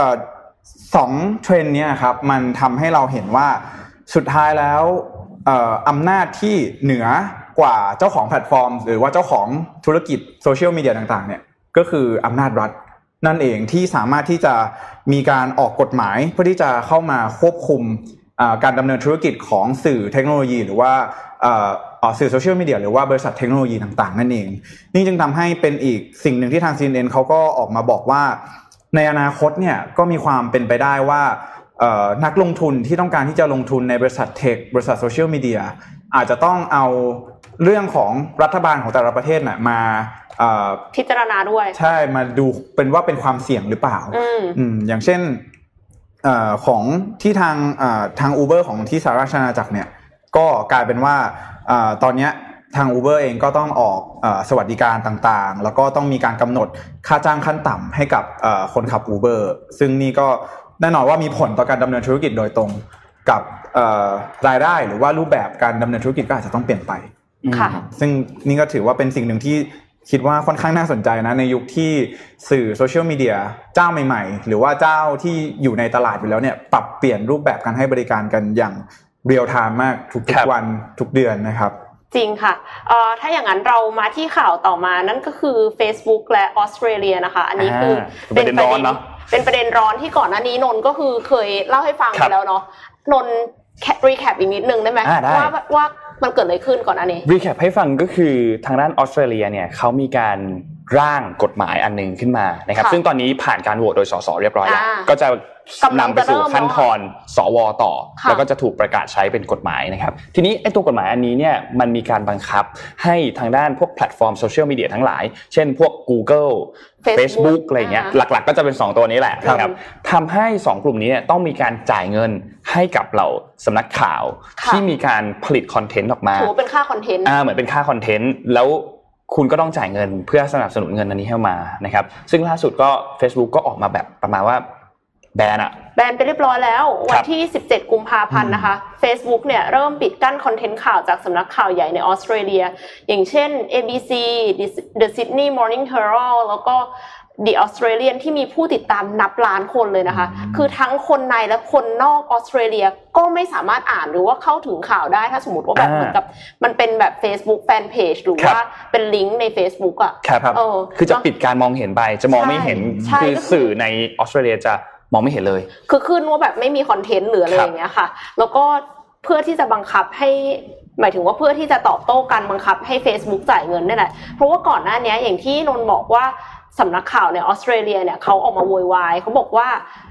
2เทรนด์เนี่ยครับมันทำให้เราเห็นว่าสุดท้ายแล้วอำนาจที่เหนือกว่าเจ้าของแพลตฟอร์มหรือว่าเจ้าของธุรกิจโซเชียลมีเดียต่างๆเนี่ยก็คืออำนาจรัฐนั่นเองที่สามารถที่จะมีการออกกฎหมายเพื่อที่จะเข้ามาควบคุมการดำเนินธุรกิจของสื่อเทคโนโลยีหรือว่าสื่อโซเชียลมีเดียหรือว่าบริษัทเทคโนโลยีต่างๆนั่นเองนี่จึงทำให้เป็นอีกสิ่งหนึ่งที่ทาง CNN เขาก็ออกมาบอกว่าในอนาคตเนี่ยก็มีความเป็นไปได้ว่านักลงทุนที่ต้องการที่จะลงทุนในบริษัทเทคบริษัทโซเชียลมีเดียอาจจะต้องเอาเรื่องของรัฐบาลของแต่ละประเทศน่ะมาพิจารณาด้วยใช่มาดูเป็นว่าเป็นความเสี่ยงหรือเปล่าอย่างเช่นของที่ทาง Uber ของที่สหราชอาณาจักรเนี่ยก็กลายเป็นว่าตอนนี้ทาง Uber เองก็ต้องออกสวัสดิการต่างๆแล้วก็ต้องมีการกำหนดค่าจ้างขั้นต่ำให้กับคนขับ Uber ซึ่งนี่ก็แน่นอนว่ามีผลต่อการดำเนินธุรกิจโดยตรงกับรายได้หรือว่ารูปแบบการดำเนินธุรกิจก็อาจจะต้องเปลี่ยนไปซึ่งนี่ก็ถือว่าเป็นสิ่งหนึ่งที่คิดว่าค่อนข้างน่าสนใจนะในยุคที่สื่อโซเชียลมีเดียเจ้าใหม่ๆหรือว่าเจ้าที่อยู่ในตลาดอยู่แล้วเนี่ยปรับเปลี่ยนรูปแบบการให้บริการกันอย่างเรียลไทม์มากทุกวันทุกเดือนนะครับจริงค่ะถ้าอย่างนั้นเรามาที่ข่าวต่อมานั่นก็คือ Facebook และออสเตรเลียนะคะอันนี้คือเป็นประเด็นเป็นประเด็นร้อนที่ก่อนหน้านี้นนก็คือเคยเล่าให้ฟังไปแล้วเนาะนนรีแคปอีกนิดนึงได้ไหมว่ามันเกิดอะไรขึ้นก่อนอันนี้รีแคปให้ฟังก็คือทางด้านออสเตรเลียเนี่ยเขามีการร่างกฎหมายอันนึงขึ้นมานะครับซึ่งตอนนี้ผ่านการโหวตโดยสสเรียบร้อยแล้วก็จะนำไปสู่ขั้นตอนสวต่อแล้วก็จะถูกประกาศใช้เป็นกฎหมายนะครับทีนี้ไอ้ตัวกฎหมายอันนี้เนี่ยมันมีการบังคับให้ทางด้านพวกแพลตฟอร์มโซเชียลมีเดียทั้งหลายเช่นพวก Google Facebook อะไรเงี้ยหลักๆก็จะเป็น2ตัวนี้แหละนะครับทำให้2กลุ่มนี้ต้องมีการจ่ายเงินให้กับเหล่าสำนักข่าวที่มีการผลิตคอนเทนต์ออกมาถือเป็นค่าคอนเทนต์เหมือนเป็นค่าคอนเทนต์แล้วคุณก็ต้องจ่ายเงินเพื่อสนับสนุนเงินอันนี้ให้มานะครับซึ่งล่าสุดก็ Facebook ก็ออกมาแบบประมาณว่าแบนไปเรียบร้อยแล้ววันที่17กุมภาพันธ์นะคะ Facebook เนี่ยเริ่มปิดกั้นคอนเทนต์ข่าวจากสำนักข่าวใหญ่ในออสเตรเลียอย่างเช่น ABC The Sydney Morning Herald แล้วก็ The Australian ที่มีผู้ติดตามนับล้านคนเลยนะคะคือทั้งคนในและคนนอกออสเตรเลียก็ไม่สามารถอ่านหรือว่าเข้าถึงข่าวได้ถ้าสมมติว่าแบบเหมือนกับมันเป็นแบบ Facebook Fan Page หรือว่าเป็นลิงก์ใน Facebook อ่ะคือจะปิดการมองเห็นไปจะมองไม่เห็นคือสื่อในออสเตรเลียจะมองไม่เห็นเลยคือขึ้นว่าแบบไม่มีคอนเทนต์หรืออะไรอย่างเงี้ยค่ะแล้วก็เพื่อที่จะบังคับให้หมายถึงว่าเพื่อที่จะตอบโต้การบังคับให้ Facebook จ่ายเงินนี่แหละเพราะว่าก่อนหน้านี้อย่างที่นนบอกว่าสำนักข่าวในออสเตรเลียเนี่ยเขาออกมาโวยวายเขาบอกว่า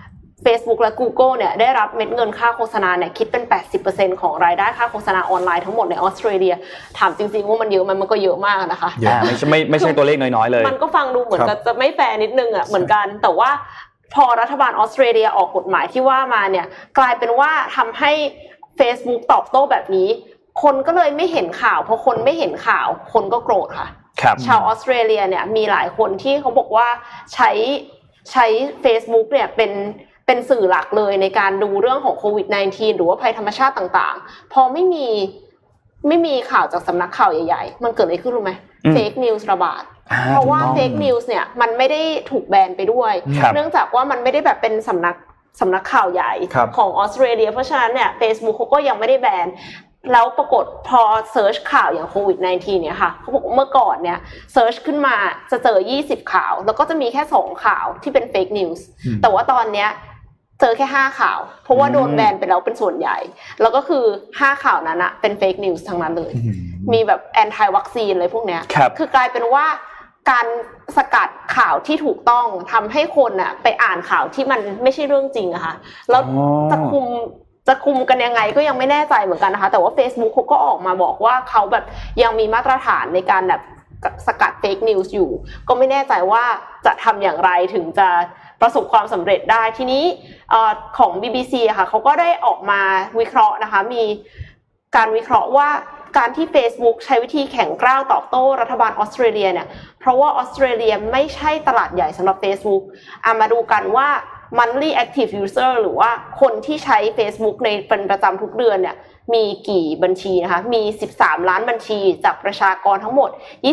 Facebook และ Google เนี่ยได้รับเม็ดเงินค่าโฆษณาเนี่ยคิดเป็น 80% ของรายได้ค่าโฆษณาออนไลน์ทั้งหมดในออสเตรเลียถามจริงๆว่ามันเยอะมันก็เยอะมากนะคะไม่ใช่ตัวเลขน้อยๆเลยมันก็ฟังดูเหมือนกับจะไม่แฟร์นิดนึงอ่ะเหมือนกันแต่ว่าพอรัฐบาลออสเตรเลียออกกฎหมายที่ว่ามาเนี่ยกลายเป็นว่าทำให้ Facebook ตอบโต้แบบนี้คนก็เลยไม่เห็นข่าวพอคนไม่เห็นข่าวคนก็โกรธค่ะชาวออสเตรเลียเนี่ยมีหลายคนที่เขาบอกว่าใช้ Facebook เนี่ยเป็นสื่อหลักเลยในการดูเรื่องของโควิด -19 หรือว่าภัยธรรมชาติต่างๆพอไม่มีข่าวจากสำนักข่าวใหญ่ๆมันเกิดอะไรขึ้นรู้ไหม Fake News ระบาดเพราะว่า Fake News เนี่ยมันไม่ได้ถูกแบนไปด้วยเนื่องจากว่ามันไม่ได้แบบเป็นสำนักข่าวใหญ่ของออสเตรเลียเพราะฉะนั้นเนี่ย Facebook เขาก็ยังไม่ได้แบนแล้วปรากฏพอเซิร์ชข่าวอย่างโควิด -19 เนี่ยค่ะเขาบอกเมื่อก่อนเนี่ยเซิร์ชขึ้นมาจะเจอ20ข่าวแล้วก็จะมีแค่2ข่าวที่เป็น Fake News แต่ว่าตอนเนี้ยเจอแค่5ข่าวเพราะว่าโดนแบนไปแล้วเป็นส่วนใหญ่แล้วก็คือ5ข่าวนั้นอะเป็น Fake News ทั้งนั้นเลยมีแบบแอนตี้วัคซีนอะไรพวกเนี้ยคือกลายเป็นว่าการสกัดข่าวที่ถูกต้องทำให้คนอะไปอ่านข่าวที่มันไม่ใช่เรื่องจริงอะค่ะแล้วจะคุมกันยังไงก็ยังไม่แน่ใจเหมือนกันนะคะแต่ว่า Facebook เขาก็ออกมาบอกว่าเขาแบบยังมีมาตรฐานในการแบบสกัด Fake News อยู่ก็ไม่แน่ใจว่าจะทำอย่างไรถึงจะประสบความสำเร็จได้ทีนี้ของ BBC อะค่ะเขาก็ได้ออกมาวิเคราะห์นะคะมีการวิเคราะห์ว่าการที่ Facebook ใช้วิธีแข็งกร้าวตอบโต้รัฐบาลออสเตรเลียเนี่ยเพราะว่าออสเตรเลียไม่ใช่ตลาดใหญ่สำหรับ Facebook มาดูกันว่า monthly active user หรือว่าคนที่ใช้ Facebook ในเป็นประจำทุกเดือนเนี่ยมีกี่บัญชีนะคะมี13ล้านบัญชีจากประชากรทั้งหมด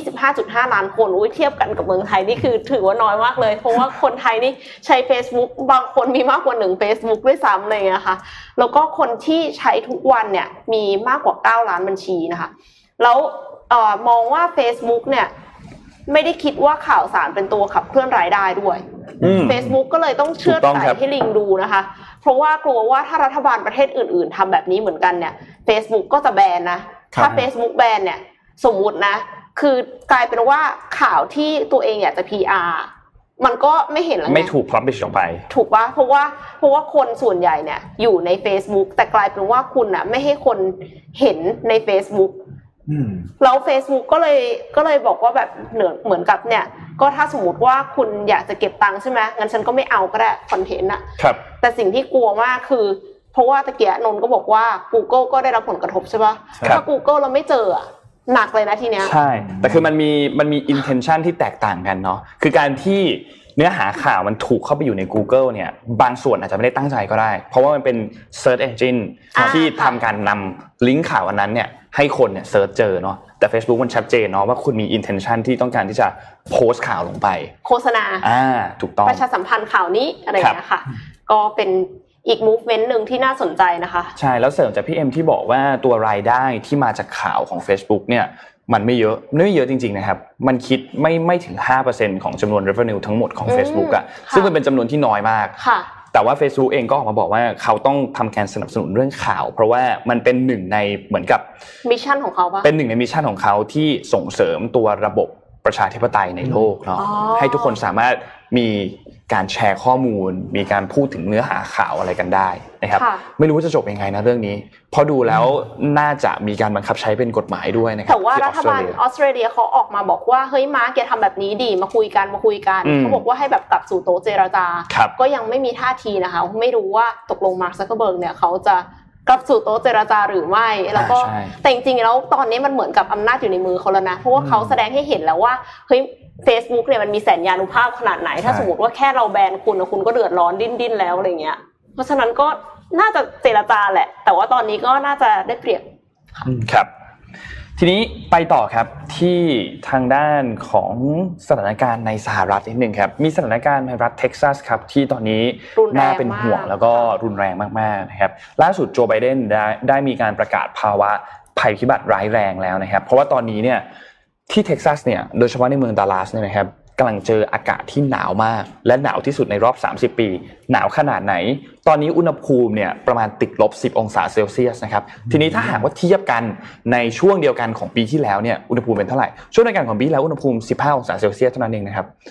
25.5 ล้านคนเทียบกันกับเมืองไทยนี่คือถือว่าน้อยมากเลยเพราะว่าคนไทยนี่ใช้ Facebook บางคนมีมากกว่า1 Facebook ด้วยซ้ำเลยนะคะแล้วก็คนที่ใช้ทุกวันเนี่ยมีมากกว่า9ล้านบัญชีนะคะแล้วมองว่า Facebook เนี่ยไม่ได้คิดว่าข่าวสารเป็นตัวขับเคลื่อนรายได้ด้วยFacebook ก็เลยต้องเชื่อใจให้ลิงดูนะคะเพราะว่ากลัวว่าถ้ารัฐบาลประเทศอื่นๆทำแบบนี้เหมือนกันเนี่ย Facebook ก็จะแบนนะถ้า Facebook แบนเนี่ยสมมุตินะคือกลายเป็นว่าข่าวที่ตัวเองอยากจะ PR มันก็ไม่เห็นแล้วไม่ถูก publish ออกไปถูกปะเพราะว่าคนส่วนใหญ่เนี่ยอยู่ใน Facebook แต่กลายเป็นว่าคุณน่ะไม่ให้คนเห็นใน Facebookแล้ว Facebook ก็เลยบอกว่าแบบเหมือนกับเนี่ยก็ถ้าสมมติว่าคุณอยากจะเก็บตังค์ใช่ไหมงั้นฉันก็ไม่เอาก็ได้คอนเทนต์อะแต่สิ่งที่กลัวมากคือเพราะว่าตะเกียนนท์ก็บอกว่า Google ก็ได้รับผลกระทบใช่ปะถ้า Google เราไม่เจอหนักเลยนะทีเนี้ยใช่แต่คือมันมี intention ที่แตกต่างกันเนาะคือการที่เนื้อหาข่าวมันถูกเข้าไปอยู่ใน Google เนี่ยบางส่วนอาจจะไม่ได้ตั้งใจก็ได้เพราะว่ามันเป็น search engine ที่ทำการนำลิงก์ข่าวอันนั้นเนี่ยให้คนเนี่ยเซิร์ชเจอเนาะแต่ Facebook มันชัดเจนเนาะว่าคุณมี intention ที่ต้องการที่จะโพสต์ข่าวลงไปโฆษณาถูกต้องประชาสัมพันธ์ข่าวนี้อะไรอย่างเงี้ยค่ะก็เป็นอีก movement นึงที่น่าสนใจนะคะใช่แล้วเสริมจากพี่เอ็มที่บอกว่าตัวรายได้ที่มาจากข่าวของ Facebook เนี่ยมันไม่เยอะจริงๆนะครับมันคิดไม่ถึง 5% ของจำนวน revenue ทั้งหมดของ Facebook อ่ะซึ่งมันเป็นจำนวนที่น้อยมากแต่ว่า Facebook เองก็ออกมาบอกว่าเขาต้องทำการสนับสนุนเรื่องข่าวเพราะว่ามันเป็นหนึ่งในเหมือนกับมิชชั่นของเขาป่ะเป็นหนึ่งในมิชชั่นของเขาที่ส่งเสริมตัวระบบประชาธิปไตยในโลกเนาะให้ทุกคนสามารถมีการแชร์ข้อมูลมีการพูดถึงเนื้อหาข่าวอะไรกันได้นะครับไม่รู้ว่าจะจบยังไงนะเรื่องนี้พอดูแล้วน่าจะมีการบังคับใช้เป็นกฎหมายด้วยนะครับแต่ว่ารัฐบาลออสเตรเลียเขาออกมาบอกว่าเฮ้ยมาร์คแกทำแบบนี้ดีมาคุยกันเขาบอกว่าให้แบบกลับสู่โต๊ะเจรจาก็ยังไม่มีท่าทีนะคะไม่รู้ว่าตกลงมาร์คซักเคอร์เบิร์กเนี่ยเขาจะกลับสู่โต๊ะเจรจาหรือไม่แล้วก็แต่จริงๆแล้วตอนนี้มันเหมือนกับอำนาจอยู่ในมือเขาแล้วนะเพราะว่าเขาแสดงให้เห็นแล้วว่าเฮ้ย Facebook เนี่ยมันมีแสนยานุภาพขนาดไหนถ้าสมมติว่าแค่เราแบนคุณก็เดือดร้อนดิ้นแล้วอะไรเงี้ยเพราะฉะนั้นก็น่าจะเจรจาแหละแต่ว่าตอนนี้ก็น่าจะได้เปรียบครับทีนี้ไปต่อครับที่ทางด้านของสถานการณ์ในสหรัฐนิดนึงครับมีสถานการณ์ในรัฐเท็กซัสครับที่ตอนนี้น่าเป็นห่วงแล้วก็รุนแรงมากๆนะครับล่าสุดโจไบเดนได้มีการประกาศภาวะภัยพิบัติร้ายแรงแล้วนะครับเพราะว่าตอนนี้เนี่ยที่เท็กซัสเนี่ยโดยเฉพาะในเมืองดัลลัสเนี่ยนะครับกำลังเจออากาศที่หนาวมากและหนาวที่สุดในรอบ30ปีหนาวขนาดไหนตอนนี้อุณหภูมิเนี่ยประมาณติดลบ10องศาเซลเซียสนะครับทีนี้ถ้าหากว่าเทียบกันในช่วงเดียวกันของปีที่แล้วเนี่ยอุณหภูมิเป็นเท่าไหร่ช่วงเดียวกันของปีแล้วอุณหภูมิ15องศาเซลเซียสเท่านั้นเองนะครับ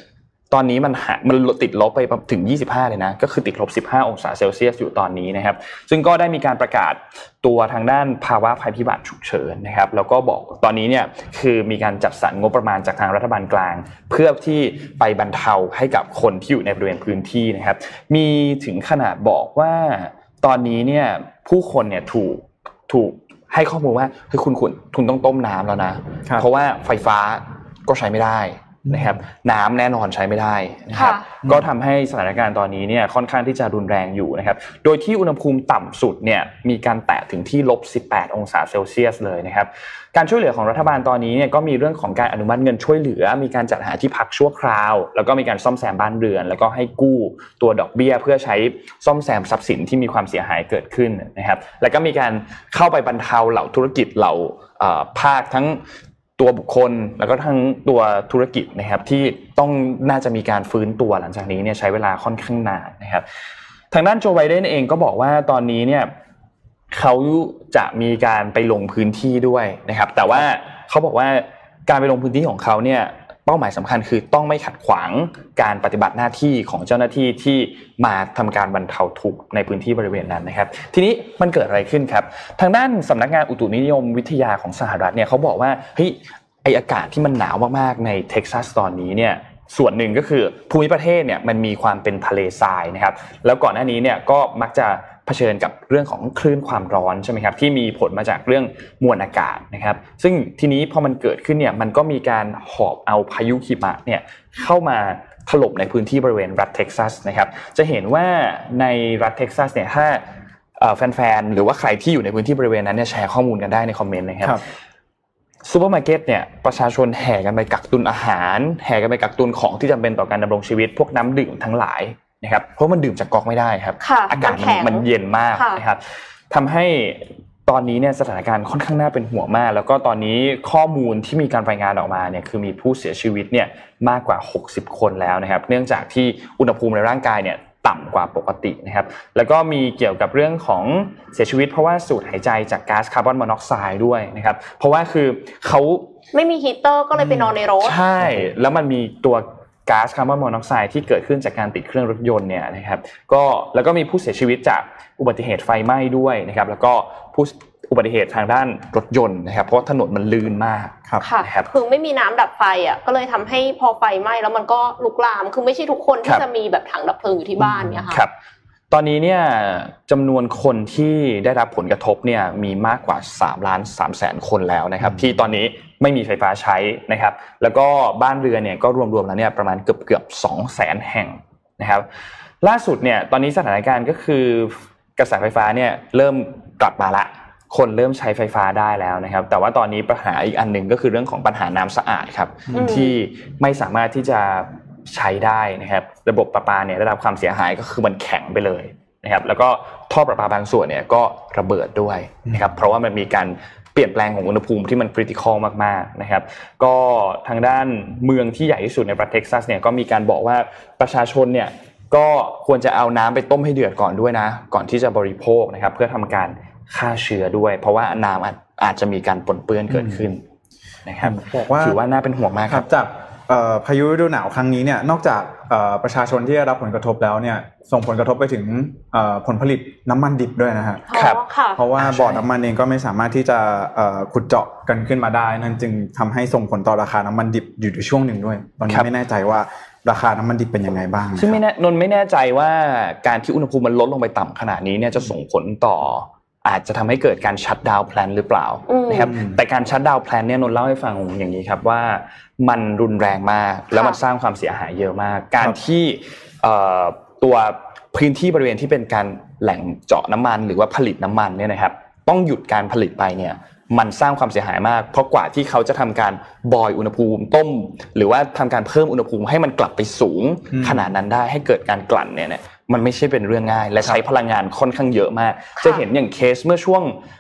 ตอนนี้มันติดลบไปถึง25เลยนะก็คือติดลบ15องศาเซลเซียสอยู่ตอนนี้นะครับซึ่งก็ได้มีการประกาศตัวทางด้านภาวะภัยพิบัติฉุกเฉินนะครับแล้วก็บอกตอนนี้เนี่ยคือมีการจัดสรรงบประมาณจากทางรัฐบาลกลางเพื่อที่ไปบรรเทาให้กับคนที่อยู่ในบริเวณพื้นที่นะครับมีถึงขนาดบอกว่าตอนนี้เนี่ยผู้คนเนี่ยถูกให้ข้อมูลว่าเฮ้ยคุณต้องต้มน้ำแล้วนะเพราะว่าไฟฟ้าก็ใช้ไม่ได้นะครับน้ำแน่นอนใช้ไม่ได้นะครับก็ทำให้สถานการณ์ตอนนี้เนี่ยค่อนข้างที่จะรุนแรงอยู่นะครับโดยที่อุณหภูมิต่ำสุดเนี่ยมีการแตะถึงที่-18องศาเซลเซียสเลยนะครับการช่วยเหลือของรัฐบาลตอนนี้เนี่ยก็มีเรื่องของการอนุมัติเงินช่วยเหลือมีการจัดหาที่พักชั่วคราวแล้วก็มีการซ่อมแซมบ้านเรือนแล้วก็ให้กู้ตัวดอกเบี้ยเพื่อใช้ซ่อมแซมทรัพย์สินที่มีความเสียหายเกิดขึ้นนะครับแล้วก็มีการเข้าไปบรรเทาเหล่าธุรกิจเหล่าภาคทั้งตัวบุคคลแล้วก็ทั้งตัวธุรกิจนะครับที่น่าจะมีการฟื้นตัวหลังจากนี้เนี่ยใช้เวลาค่อนข้างนานนะครับทางด้านโจไบเดนเองก็บอกว่าตอนนี้เนี่ยเขาจะมีการไปลงพื้นที่ด้วยนะครับแต่ว่าเขาบอกว่าการไปลงพื้นที่ของเขาเนี่ยเป้าหมายสำคัญคือต้องไม่ขัดขวางการปฏิบัติหน้าที่ของเจ้าหน้าที่ที่มาทำการบรรเทาทุกข์ในพื้นที่บริเวณนั้นนะครับทีนี้มันเกิดอะไรขึ้นครับทางด้านสำนักงานอุตุนิยมวิทยาของสหรัฐเนี่ยเขาบอกว่าเฮ้ยไออากาศที่มันหนาวมากๆในเท็กซัสตอนนี้เนี่ยส่วนหนึ่งก็คือภูมิประเทศเนี่ยมันมีความเป็นทะเลทรายนะครับแล้วก่อนหน้านี้เนี่ยก็มักจะเผชิญกับเรื่องของคลื่นความร้อนใช่ไหมครับที่มีผลมาจากเรื่องมวลอากาศนะครับซึ่งทีนี้พอมันเกิดขึ้นเนี่ยมันก็มีการหอบเอาพายุหิมะเนี่ยเข้ามาถล่มในพื้นที่บริเวณรัฐเท็กซัสนะครับจะเห็นว่าในรัฐเท็กซัสเนี่ยถ้าแฟนๆหรือว่าใครที่อยู่ในพื้นที่บริเวณนั้นเนี่ยแชร์ข้อมูลกันได้ในคอมเมนต์นะครับซูเปอร์มาร์เก็ตเนี่ยประชาชนแห่กันไปกักตุนอาหารแห่กันไปกักตุนของที่จำเป็นต่อการดำรงชีวิตพวกน้ำดื่มทั้งหลายนะครับเพราะมันดื่มจากก๊อกไม่ได้ครับอากาศมันเย็นมากนะครับทำให้ตอนนี้เนี่ยสถานการณ์ค่อนข้างน่าเป็นห่วงมากแล้วก็ตอนนี้ข้อมูลที่มีการรายงานออกมาเนี่ยคือมีผู้เสียชีวิตเนี่ยมากกว่า60คนแล้วนะครับเนื่องจากที่อุณหภูมิในร่างกายเนี่ยต่ำกว่าปกตินะครับแล้วก็มีเกี่ยวกับเรื่องของเสียชีวิตเพราะว่าสูดหายใจจากก๊าซคาร์บอนมอนอกไซด์ด้วยนะครับเพราะว่าคือเขาไม่มีฮีตเตอร์ก็เลยไปนอนในรถใช่แล้วมันมีตัวก๊าซคาร์บอนมอนอกไซด์ที่เกิดขึ้นจากการติดเครื่องรถยนต์เนี่ยนะครับก็แล้วก็มีผู้เสียชีวิตจากอุบัติเหตุไฟไหม้ด้วยนะครับแล้วก็อุบัติเหตุทางด้านรถยนต์นะครับเพราะถนนมันลื่นมากครับคือไม่มีน้ำดับไฟอ่ะก็เลยทำให้พอไฟไหม้แล้วมันก็ลุกลามคือไม่ใช่ทุกคนที่จะมีแบบถังดับเพลิงอยู่ที่บ้านเนี่ยค่ะครับตอนนี้เนี่ยจำนวนคนที่ได้รับผลกระทบเนี่ยมีมากกว่า3,300,000 คนแล้วนะครับที่ตอนนี้ไม่มีไฟฟ้าใช้นะครับแล้วก็บ้านเรือนเนี่ยก็รวมๆแล้วเนี่ยประมาณเกือบ 200,000 แห่งนะครับล่าสุดเนี่ยตอนนี้สถานการณ์ก็คือกระแสไฟฟ้าเนี่ยเริ่มกลับมาละคนเริ่มใช้ไฟฟ้าได้แล้วนะครับแต่ว่าตอนนี้ปัญหาอีกอันนึงก็คือเรื่องของปัญหาน้ำสะอาดครับที่ไม่สามารถที่จะใช้ได้นะครับระบบประปาเนี่ยได้รับความเสียหายก็คือมันแข็งไปเลยนะครับแล้วก็ท่อประปาบางส่วนเนี่ยก็ระเบิดด้วยนะครับเพราะว่ามันมีการเปลี่ยนแปลงของอุณหภูมิที่มันคริติคอลมากๆนะครับก็ทางด้านเมืองที่ใหญ่ที่สุดในรัฐเท็กซัสเนี่ยก็มีการบอกว่าประชาชนเนี่ยก็ควรจะเอาน้ำไปต้มให้เดือดก่อนด้วยนะก่อนที่จะบริโภคนะครับเพื่อทำการฆ่าเชื้อด้วยเพราะว่าน้ำอาจจะมีการปนเปื้อนเกิดขึ้นนะครับถือว่าน่าเป็นห่วงมากครับจากพายุฤดูหนาวครั้งนี้เนี่ยนอกจากประชาชนที่ได้รับผลกระทบแล้วเนี่ยส่งผลกระทบไปถึงผลผลิตน้ำมันดิบด้วยนะฮะเพราะว่าบ่อน้ำมันเองก็ไม่สามารถที่จะขุดเจาะกันขึ้นมาได้นั่นจึงทำให้ส่งผลต่อราคาน้ำมันดิบอยู่ในช่วงหนึ่งด้วยตอนนี้ไม่แน่ใจว่าราคาน้ำมันดิบเป็นยังไงบ้างซึ่งนนไม่แน่ใจว่าการที่อุณหภูมิมันลดลงไปต่ำขนาดนี้เนี่ยจะส่งผลต่ออาจจะทำให้เกิดการชัตดาวน์แพลนหรือเปล่านะครับแต่การชัตดาวน์แพลนเนี่ยนนเล่าให้ฟังอย่างนี้ครับว่ามันรุนแรงมากแล้วมันสร้างความเสียหายเยอะมากการที่ตัวพื้นที่บริเวณที่เป็นการแหล่งเจาะน้ำมันหรือว่าผลิตน้ำมันเนี่ยนะครับต้องหยุดการผลิตไปเนี่ยมันสร้างความเสียหายมากเพราะกว่าที่เขาจะทำการบอยอุณหภูมิต้มหรือว่าทำการเพิ่มอุณหภูมิให้มันกลับไปสูงขนาดนั้นได้ให้เกิดการกลั่นเนี่ยมันไม่ใช่เป็นเรื่องง่ายและใช้พลังงานค่อนข้างเยอะมากจะเห็นอย่างเคสเมื่อช่วง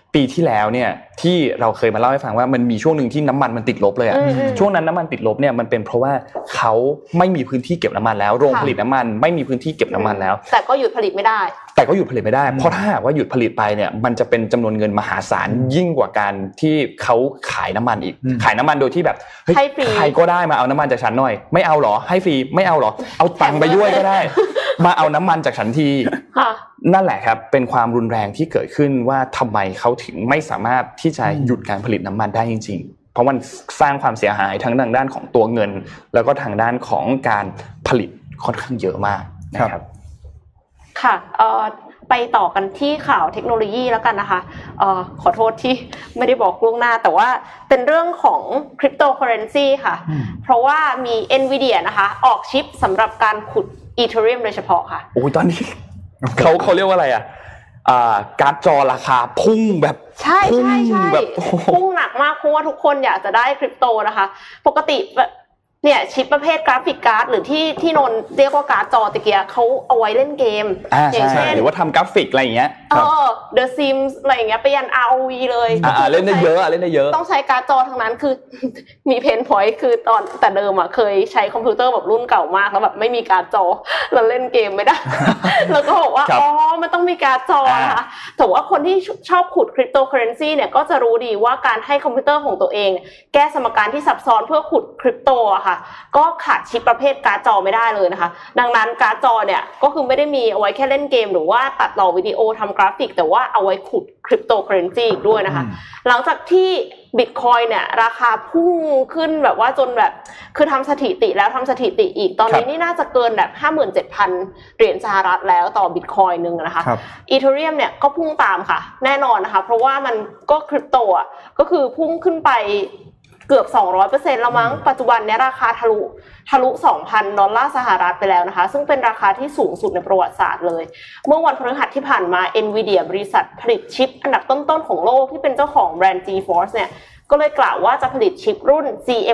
ปีที่แล้วเนี่ยที่เราเคยมาเล่าให้ฟังว่ามันมีช่วงนึงที่น้ำมันมันติดลบเลยอ่ะช่วงนั้นน้ำมันติดลบเนี่ยมันเป็นเพราะว่าเขาไม่มีพื้นที่เก็บน้ำมันแล้วโรงผลิตน้ำมันไม่มีพื้นที่เก็บน้ำมันแล้วแต่ก็หยุดผลิตไม่ได้เพราะถ้าหากว่าหยุดผลิตไปเนี่ยมันจะเป็นจำนวนเงินมหาศาลยิ่งกว่าการที่เขาขายน้ำมันอีกขายน้ำมันโดยที่แบบเฮ้ยใครก็ได้มาเอาน้ำมันจากฉันหน่อยไม่เอาหรอให้ฟรีไม่เอาหรอเอาตังค์ไปด้วยก็ได้มาเอาน้ำมันจากฉันทีนั่นแหละครับเป็นความรุนแรงที่เกิดขึ้นว่าทำไมเขาถึงไม่สามารถที่จะหยุดการผลิตน้ำมันได้จริงๆเพราะมันสร้างความเสียหายทั้งทางด้านของตัวเงินแล้วก็ทางด้านของการผลิตค่อนข้างเยอะมากนะครับค่ะไปต่อกันที่ข่าวเทคโนโลยีแล้วกันนะคะขอโทษที่ไม่ได้บอกล่วงหน้าแต่ว่าเป็นเรื่องของคริปโตเคอเรนซีค่ะเพราะว่ามี Nvidia นะคะออกชิปสำหรับการขุด Ethereum โดยเฉพาะค่ะโอ้ยตอนนี้เขาเรียกว่าอะไรอ่ะการ์ดจอราคาพุ่งแบบใช่แบบพุ่งหนักมากเพราะว่าทุกคนอยากจะได้คริปโตนะคะปกติเนี่ยชิปประเภทกราฟิกการ์ดหรือที่นนเรียกว่าการ์ดจอตะเกียเขาเอาไว้เล่นเกมอย่างเช่นหรือว่าทำกราฟิกอะไรอย่างเงี้ย The Sims อะไรอย่างเงี้ยไปยัน ROV เลยเล่นได้เยอะต้องใช้การ์ดจอทั้งนั้นคือมีเพนพอยต์คือตอนแต่เดิมอ่ะเคยใช้คอมพิวเตอร์แบบรุ่นเก่ามากแล้วแบบไม่มีการ์ดจอเราเล่นเกมไม่ได้ แล้วก็บอกว่ามันต้องมีการ์ดจอนะคะแต่ว่าคนที่ชอบขุดคริปโตเคอเรนซีเนี่ยก็จะรู้ดีว่าการให้คอมพิวเตอร์ของตัวเองแก้สมการที่ซับซ้อนเพื่อขุดคริปโตอะค่ะก็ขาดชิปประเภทการ์ดจอไม่ได้เลยนะคะดังนั้นการ์ดจอเนี่ยก็คือไม่ได้มีเอาไว้แค่เล่นเกมหรือว่าตัดต่อวิดีโอทำกราฟิกแต่ว่าเอาไว้ขุดคริปโตเคอเรนซีอีกด้วยนะคะหลังจากที่ Bitcoin เนี่ยราคาพุ่งขึ้นแบบว่าจนแบบคือทำสถิติแล้วทำสถิติอีกตอนนี้นี่น่าจะเกินแบบ 57,000 เหรียญสหรัฐแล้วต่อ Bitcoin นึงนะคะ Ethereum เนี่ยก็พุ่งตามค่ะแน่นอนนะคะเพราะว่ามันก็คริปโตอ่ะก็คือพุ่งขึ้นไปเกือบ 200% แล้วมั้งปัจจุบันเนี่ยราคาทะลุ $2,000 สหรัฐไปแล้วนะคะซึ่งเป็นราคาที่สูงสุดในประวัติศาสตร์เลยเมื่อวันพฤหัสที่ผ่านมา Nvidia บริษัทผลิตชิปอันดับต้นๆของโลกที่เป็นเจ้าของแบรนด์ GeForce เนี่ยก็เลยกล่าวว่าจะผลิตชิปรุ่น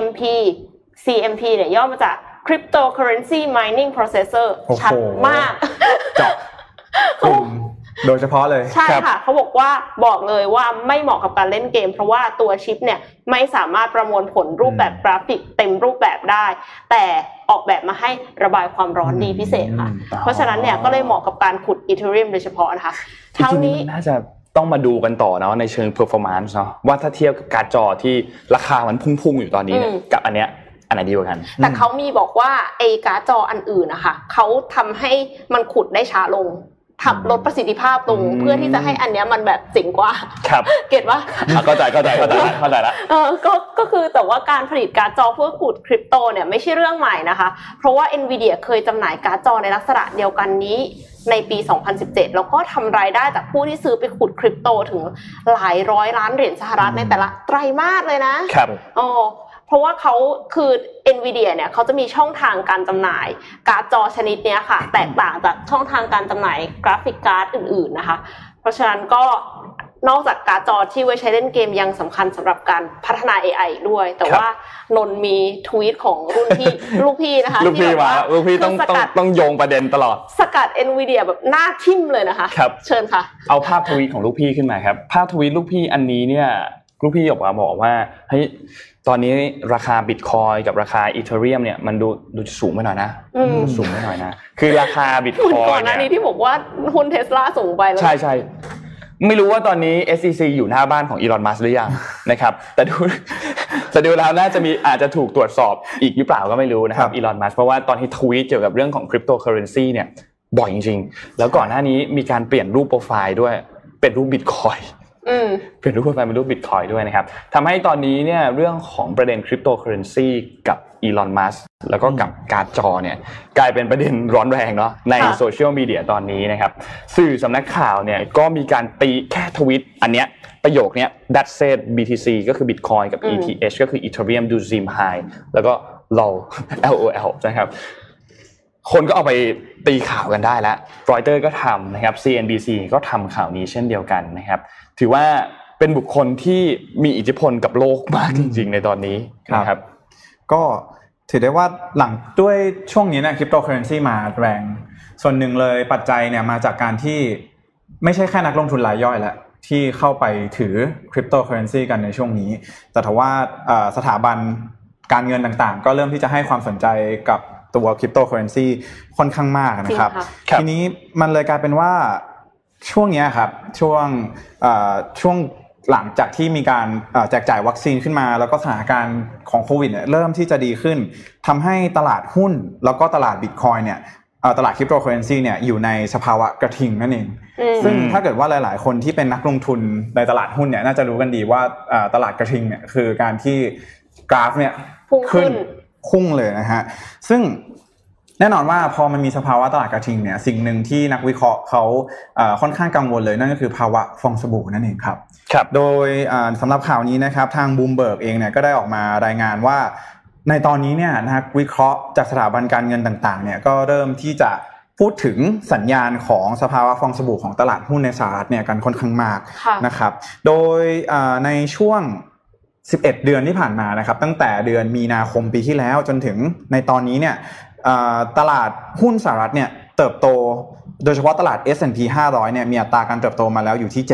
CMP เนี่ยย่อมาจาก Cryptocurrency Mining Processor ชัดมากเจาะโดยเฉพาะเลยใช่ค่ะเขาบอกเลยว่าไม่เหมาะกับการเล่นเกมเพราะว่าตัวชิปเนี่ยไม่สามารถประมวลผลรูปแบบกราฟิกเต็มรูปแบบได้แต่ออกแบบมาให้ระบายความร้อนดีพิเศษค่ะเพราะฉะนั้นเนี่ยก็เลยเหมาะกับการขุด Ethereum โดยเฉพาะนะคะทั้งนี้น่าจะต้องมาดูกันต่อเนาะในเชิง performance เนาะว่าถ้าเทียบกับการ์ดจอที่ราคามันพุ่งๆอยู่ตอนนี้เนี่ยกับอันเนี้ยอันไหนดีกว่ากันแต่เขามีบอกว่าไอ้การ์ดจออันอื่นนะคะเขาทำให้มันขุดได้ช้าลงลดประสิทธิภาพลงเพื่อที่จะให้อันเนี้ยมันแบบเจ๋งกว่าครับเก็ทว่าเข้าใจแล้วก็คือแต่ว่าการผลิตการ์ดจอเพื่อขุดคริปโตเนี่ยไม่ใช่เรื่องใหม่นะคะเพราะว่า Nvidia เคยจำหน่ายการ์ดจอในลักษณะเดียวกันนี้ในปี 2017แล้วก็ทำรายได้จากผู้ที่ซื้อไปขุดคริปโตถึงหลายร้อยล้านเหรียญสหรัฐในแต่ละไตรมาสเลยนะครับเพราะว่าเขาคือ Nvidia เนี่ยเขาจะมีช่องทางการจำหน่ายการ์ดจอชนิดนี้ค่ะแตกต่างจากช่องทางการจำหน่ายกราฟิกการ์ดอื่นๆนะคะเพราะฉะนั้นก็นอกจากการ์ดจอที่ไว้ใช้เล่นเกมยังสำคัญสำหรับการพัฒนา AI ด้วยแต่ว่านนมีทวีตของรุ่นพี่ลูกพี่นะคะลูกพี่ต้องโยงประเด็นตลอดสกัด Nvidia แบบหน้าทิ่มเลยนะคะเชิญค่ะเอาภาพทวีตของลูกพี่ขึ้นมาครับภาพทวีตลูกพี่อันนี้เนี่ยลูกพี่บอกว่าเฮ้ยตอนนี้ราคา Bitcoin กับราคา Ethereum เนี่ยมันดูสูงไปหน่อยนะสูงไปหน่อยนะคือราคา Bitcoin ก่อนหน้านี้ที่บอกว่าหุ้น Tesla สูงไปแล้วใช่ไม่รู้ว่าตอนนี้ SEC อยู่หน้าบ้านของ Elon Musk หรือยังนะครับแต่ดูแล้วน่าจะมีอาจจะถูกตรวจสอบอีกหรือเปล่าก็ไม่รู้นะครับ Elon Musk เพราะว่าตอนที่ทวีตเกี่ยวกับเรื่องของ Cryptocurrency เนี่ยบ่อยจริงๆแล้วก่อนหน้านี้มีการเปลี่ยนรูปโปรไฟล์ด้วยเป็นรูป Bitcoinเปลี่ยนรูปโปรไฟล์เป็นรูป Bitcoin ด้วยนะครับทำให้ตอนนี้เนี่ยเรื่องของประเด็น Cryptocurrency กับElon Musk แล้วก็กับการ์ดจอเนี่ยกลายเป็นประเด็นร้อนแรงเนาะในโซเชียลมีเดียตอนนี้นะครับสื่อสำนักข่าวเนี่ยก็มีการตีแค่ทวีตอันเนี้ยประโยคเนี้ย that said BTC ก็คือ Bitcoin กับ ETH ก็คือ Ethereum do seem high แล้วก็ LOL นะครับคนก็เอาไปตีข่าวกันได้แล้วรอยเตอร์ก็ทำนะครับ CNBC ก็ทำข่าวนี้เช่นเดียวกันนะครับถือว่าเป็นบุคคลที่มีอิทธิพลกับโลกมากจริงๆในตอนนี้นะครับก็ถือได้ว่าหลังด้วยช่วงนี้นะคริปโตเคอเรนซีมาแรงส่วนหนึ่งเลยปัจจัยเนี่ยมาจากการที่ไม่ใช่แค่นักลงทุนรายย่อยแล้วที่เข้าไปถือคริปโตเคอเรนซีกันในช่วงนี้แต่ถ้าว่าสถาบันการเงินต่างๆก็เริ่มที่จะให้ความสนใจกับตัวคริปโตเคอเรนซีค่อนข้างมากนะครับทีนี้มันเลยกลายเป็นว่าช่วงนี้ครับช่วงหลังจากที่มีการแจกจ่ายวัคซีนขึ้นมาแล้วก็สถานการณ์ของโควิดเนี่ยเริ่มที่จะดีขึ้นทำให้ตลาดหุ้นแล้วก็ตลาด Bitcoin เนี่ยตลาดคริปโตเคอเรนซีเนี่ยอยู่ในสภาวะกระทิงนั่นเองซึ่งถ้าเกิดว่าหลายๆคนที่เป็นนักลงทุนในตลาดหุ้นเนี่ยน่าจะรู้กันดีว่าตลาดกระทิงเนี่ยคือการที่กราฟเนี่ยขึ้นพุ่งเลยนะฮะซึ่งแน่นอนว่าพอมันมีสภาวะตลาดกระทิงเนี่ยสิ่งหนึ่งที่นักวิเคราะห์เขาค่อนข้างกังวลเลยนั่นก็คือภาวะฟองสบู่นั่นเองครับโดยสำหรับข่าวนี้นะครับทางบูมเบิร์กเองเนี่ยก็ได้ออกมารายงานว่าในตอนนี้เนี่ยนักวิเคราะห์จากสถาบันการเงินต่างๆเนี่ยก็เริ่มที่จะพูดถึงสัญญาณของสภาวะฟองสบู่ของตลาดหุ้นในสหรัฐเนี่ยกันค่อนข้างมากนะครับโดยในช่วง11เดือนที่ผ่านมานะครับตั้งแต่เดือนมีนาคมปีที่แล้วจนถึงในตอนนี้เนี่ยตลาดหุ้นสหรัฐเนี่ยเติบโตโดยเฉพาะตลาด S&P 500เนี่ยมีอัตราการเติบโตมาแล้วอยู่ที่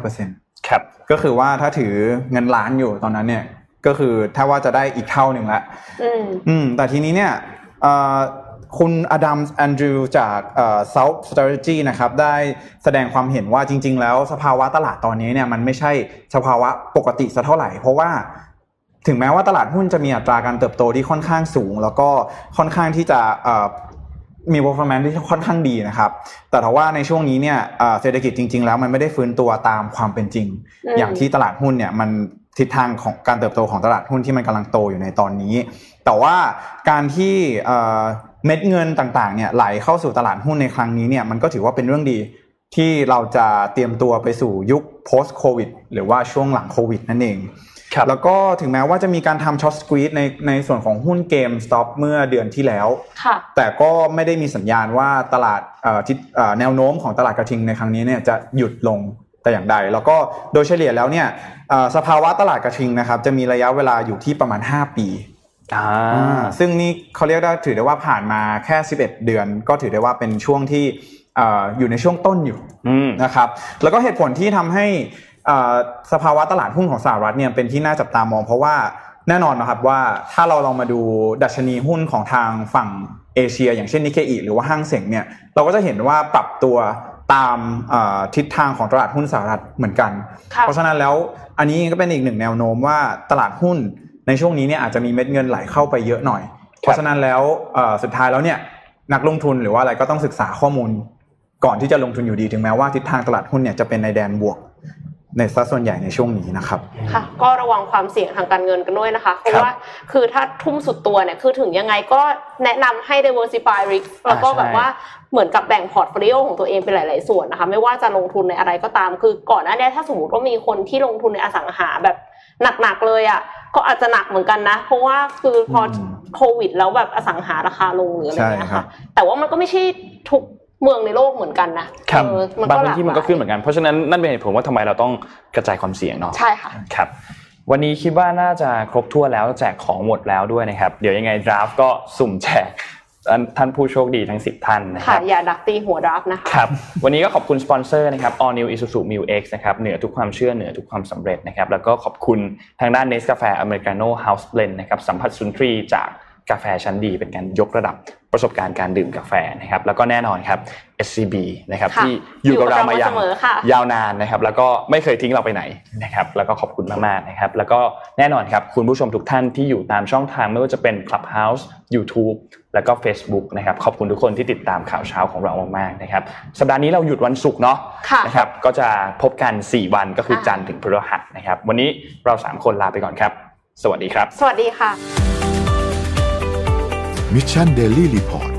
75% ครับก็คือว่าถ้าถือเงินล้านอยู่ตอนนั้นเนี่ยก็คือถ้าว่าจะได้อีกเท่านึงละแต่ทีนี้เนี่ยคุณอดัมส์แอนดรูว์จากSouth Strategy นะครับได้แสดงความเห็นว่าจริงๆแล้วสภาวะตลาดตอนนี้เนี่ยมันไม่ใช่สภาวะปกติซะเท่าไหร่เพราะว่าถึงแม้ว่าตลาดหุ้นจะมีอัตราการเติบโตที่ค่อนข้างสูงแล้วก็ค่อนข้างที่จะมี performance ที่ค่อนข้างดีนะครับแต่ถ้าว่าในช่วงนี้เนี่ยเศรษฐกิจจริงๆแล้วมันไม่ได้ฟื้นตัวตามความเป็นจริงอย่างที่ตลาดหุ้นเนี่ยมันทิศทางของการเติบโตของตลาดหุ้นที่มันกำลังโตอยู่ในตอนนี้แต่ว่าการที่เม็ดเงินต่างๆเนี่ยไหลเข้าสู่ตลาดหุ้นในครั้งนี้เนี่ยมันก็ถือว่าเป็นเรื่องดีที่เราจะเตรียมตัวไปสู่ยุค post covid หรือว่าช่วงหลังโควิดนั่นเองแล้วก็ถึงแม้ว่าจะมีการทำช็อตสควีซในส่วนของหุ้นเกมสต็อปเมื่อเดือนที่แล้วแต่ก็ไม่ได้มีสัญญาณว่าตลาดแนวโน้มของตลาดกระทิงในครั้งนี้เนี่ยจะหยุดลงแต่อย่างใดแล้วก็โดยเฉลี่ยแล้วเนี่ยสภาวะตลาดกระทิงนะครับจะมีระยะเวลาอยู่ที่ประมาณ5ปีซึ่งนี่เขาเรียกได้ถือได้ว่าผ่านมาแค่11เดือนก็ถือได้ว่าเป็นช่วงที่อยู่ในช่วงต้นอยู่นะครับแล้วก็เหตุผลที่ทำให้สภาวะตลาดหุ้นของสหรัฐเนี่ยเป็นที่น่าจับตามองเพราะว่าแน่นอนนะครับว่าถ้าเราลองมาดูดัชนีหุ้นของทางฝั่งเอเชียอย่างเช่นนิเคอิหรือว่าห้างเส็งเนี่ยเราก็จะเห็นว่าปรับตัวตามทิศทางของตลาดหุ้นสหรัฐเหมือนกันเพราะฉะนั้นแล้วอันนี้ก็เป็นอีกหนึ่งแนวโน้มว่าตลาดหุ้นในช่วงนี้เนี่ยอาจจะมีเม็ดเงินไหลเข้าไปเยอะหน่อยเพราะฉะนั้นแล้วสุดท้ายแล้วเนี่ยนักลงทุนหรือว่าอะไรก็ต้องศึกษาข้อมูลก่อนที่จะลงทุนอยู่ดีถึงแม้ว่าทิศทางตลาดหุ้นเนี่ยจะเป็นในแดนบวกในสัดส่วนใหญ่ในช่วงนี้นะครับค่ะก็ระวังความเสี่ยงทางการเงินกันด้วยนะคะเพราะว่าคือถ้าทุ่มสุดตัวเนี่ยคือถึงยังไงก็แนะนำให้ diversify risk แล้วก็แบบว่าเหมือนกับแบ่งพอร์ตโฟลิโอของตัวเองเป็นหลายๆส่วนนะคะไม่ว่าจะลงทุนในอะไรก็ตามคือก่อนหน้านี้ถ้าสมมติว่ามีคนที่ลงทุนในอสังหาแบบหนักๆเลยอ่ะก็อาจจะหนักเหมือนกันนะเพราะว่าคือพอโควิดแล้วแบบอสังหาราคาลงหรืออะไรเงี้ยค่ะแต่ว่ามันก็ไม่ใช่ทุกเมืองในโลกเหมือนกันนะบางพื้นที่มันก็ขึ้นเหมือนกันเพราะฉะนั้นนั่นเป็นเหตุผลว่าทำไมเราต้องกระจายความเสี่ยงเนาะใช่ค่ะครับวันนี้คิดว่าน่าจะครบถ้วนแล้วแจกของหมดแล้วด้วยนะครับเดี๋ยวยังไงดราฟก็สุ่มแจกท่านผู้โชคดีทั้ง10ท่านนะครับค่ะอย่าดักตีหัวดราฟนะคะครับวันนี้ก็ขอบคุณสปอนเซอร์นะครับ All New Isuzu Mu-X นะครับเหนือทุกความเชื่อเหนือทุกความสำเร็จนะครับแล้วก็ขอบคุณทางด้าน Nescafe Americano House Blend นะครับสัมผัสสุนทรีจากกาแฟชั้นดีเป็นการยกระดับประสบการณ์การดื่มกาแฟนะครับแล้วก็แน่นอนครับ SCB นะครับที่อยู่กับเรามาอย่างยาวนานนะครับแล้วก็ไม่เคยทิ้งเราไปไหนนะครับแล้วก็ขอบคุณมากๆนะครับแล้วก็แน่นอนครับคุณผู้ชมทุกท่านที่อยู่ตามช่องทางไม่ว่าจะเป็น Clubhouse YouTube แล้วก็ Facebook นะครับขอบคุณทุกคนที่ติดตามข่าวเช้าของเรามากๆนะครับสัปดาห์นี้เราหยุดวันศุกร์เนาะนะครับก็จะพบกัน4วันก็คือจันทร์ถึงพฤหัสนะครับวันนี้เรา3คนลาไปก่อนครับสวัสดีครับสวัสดีค่ะ Mission Daily Report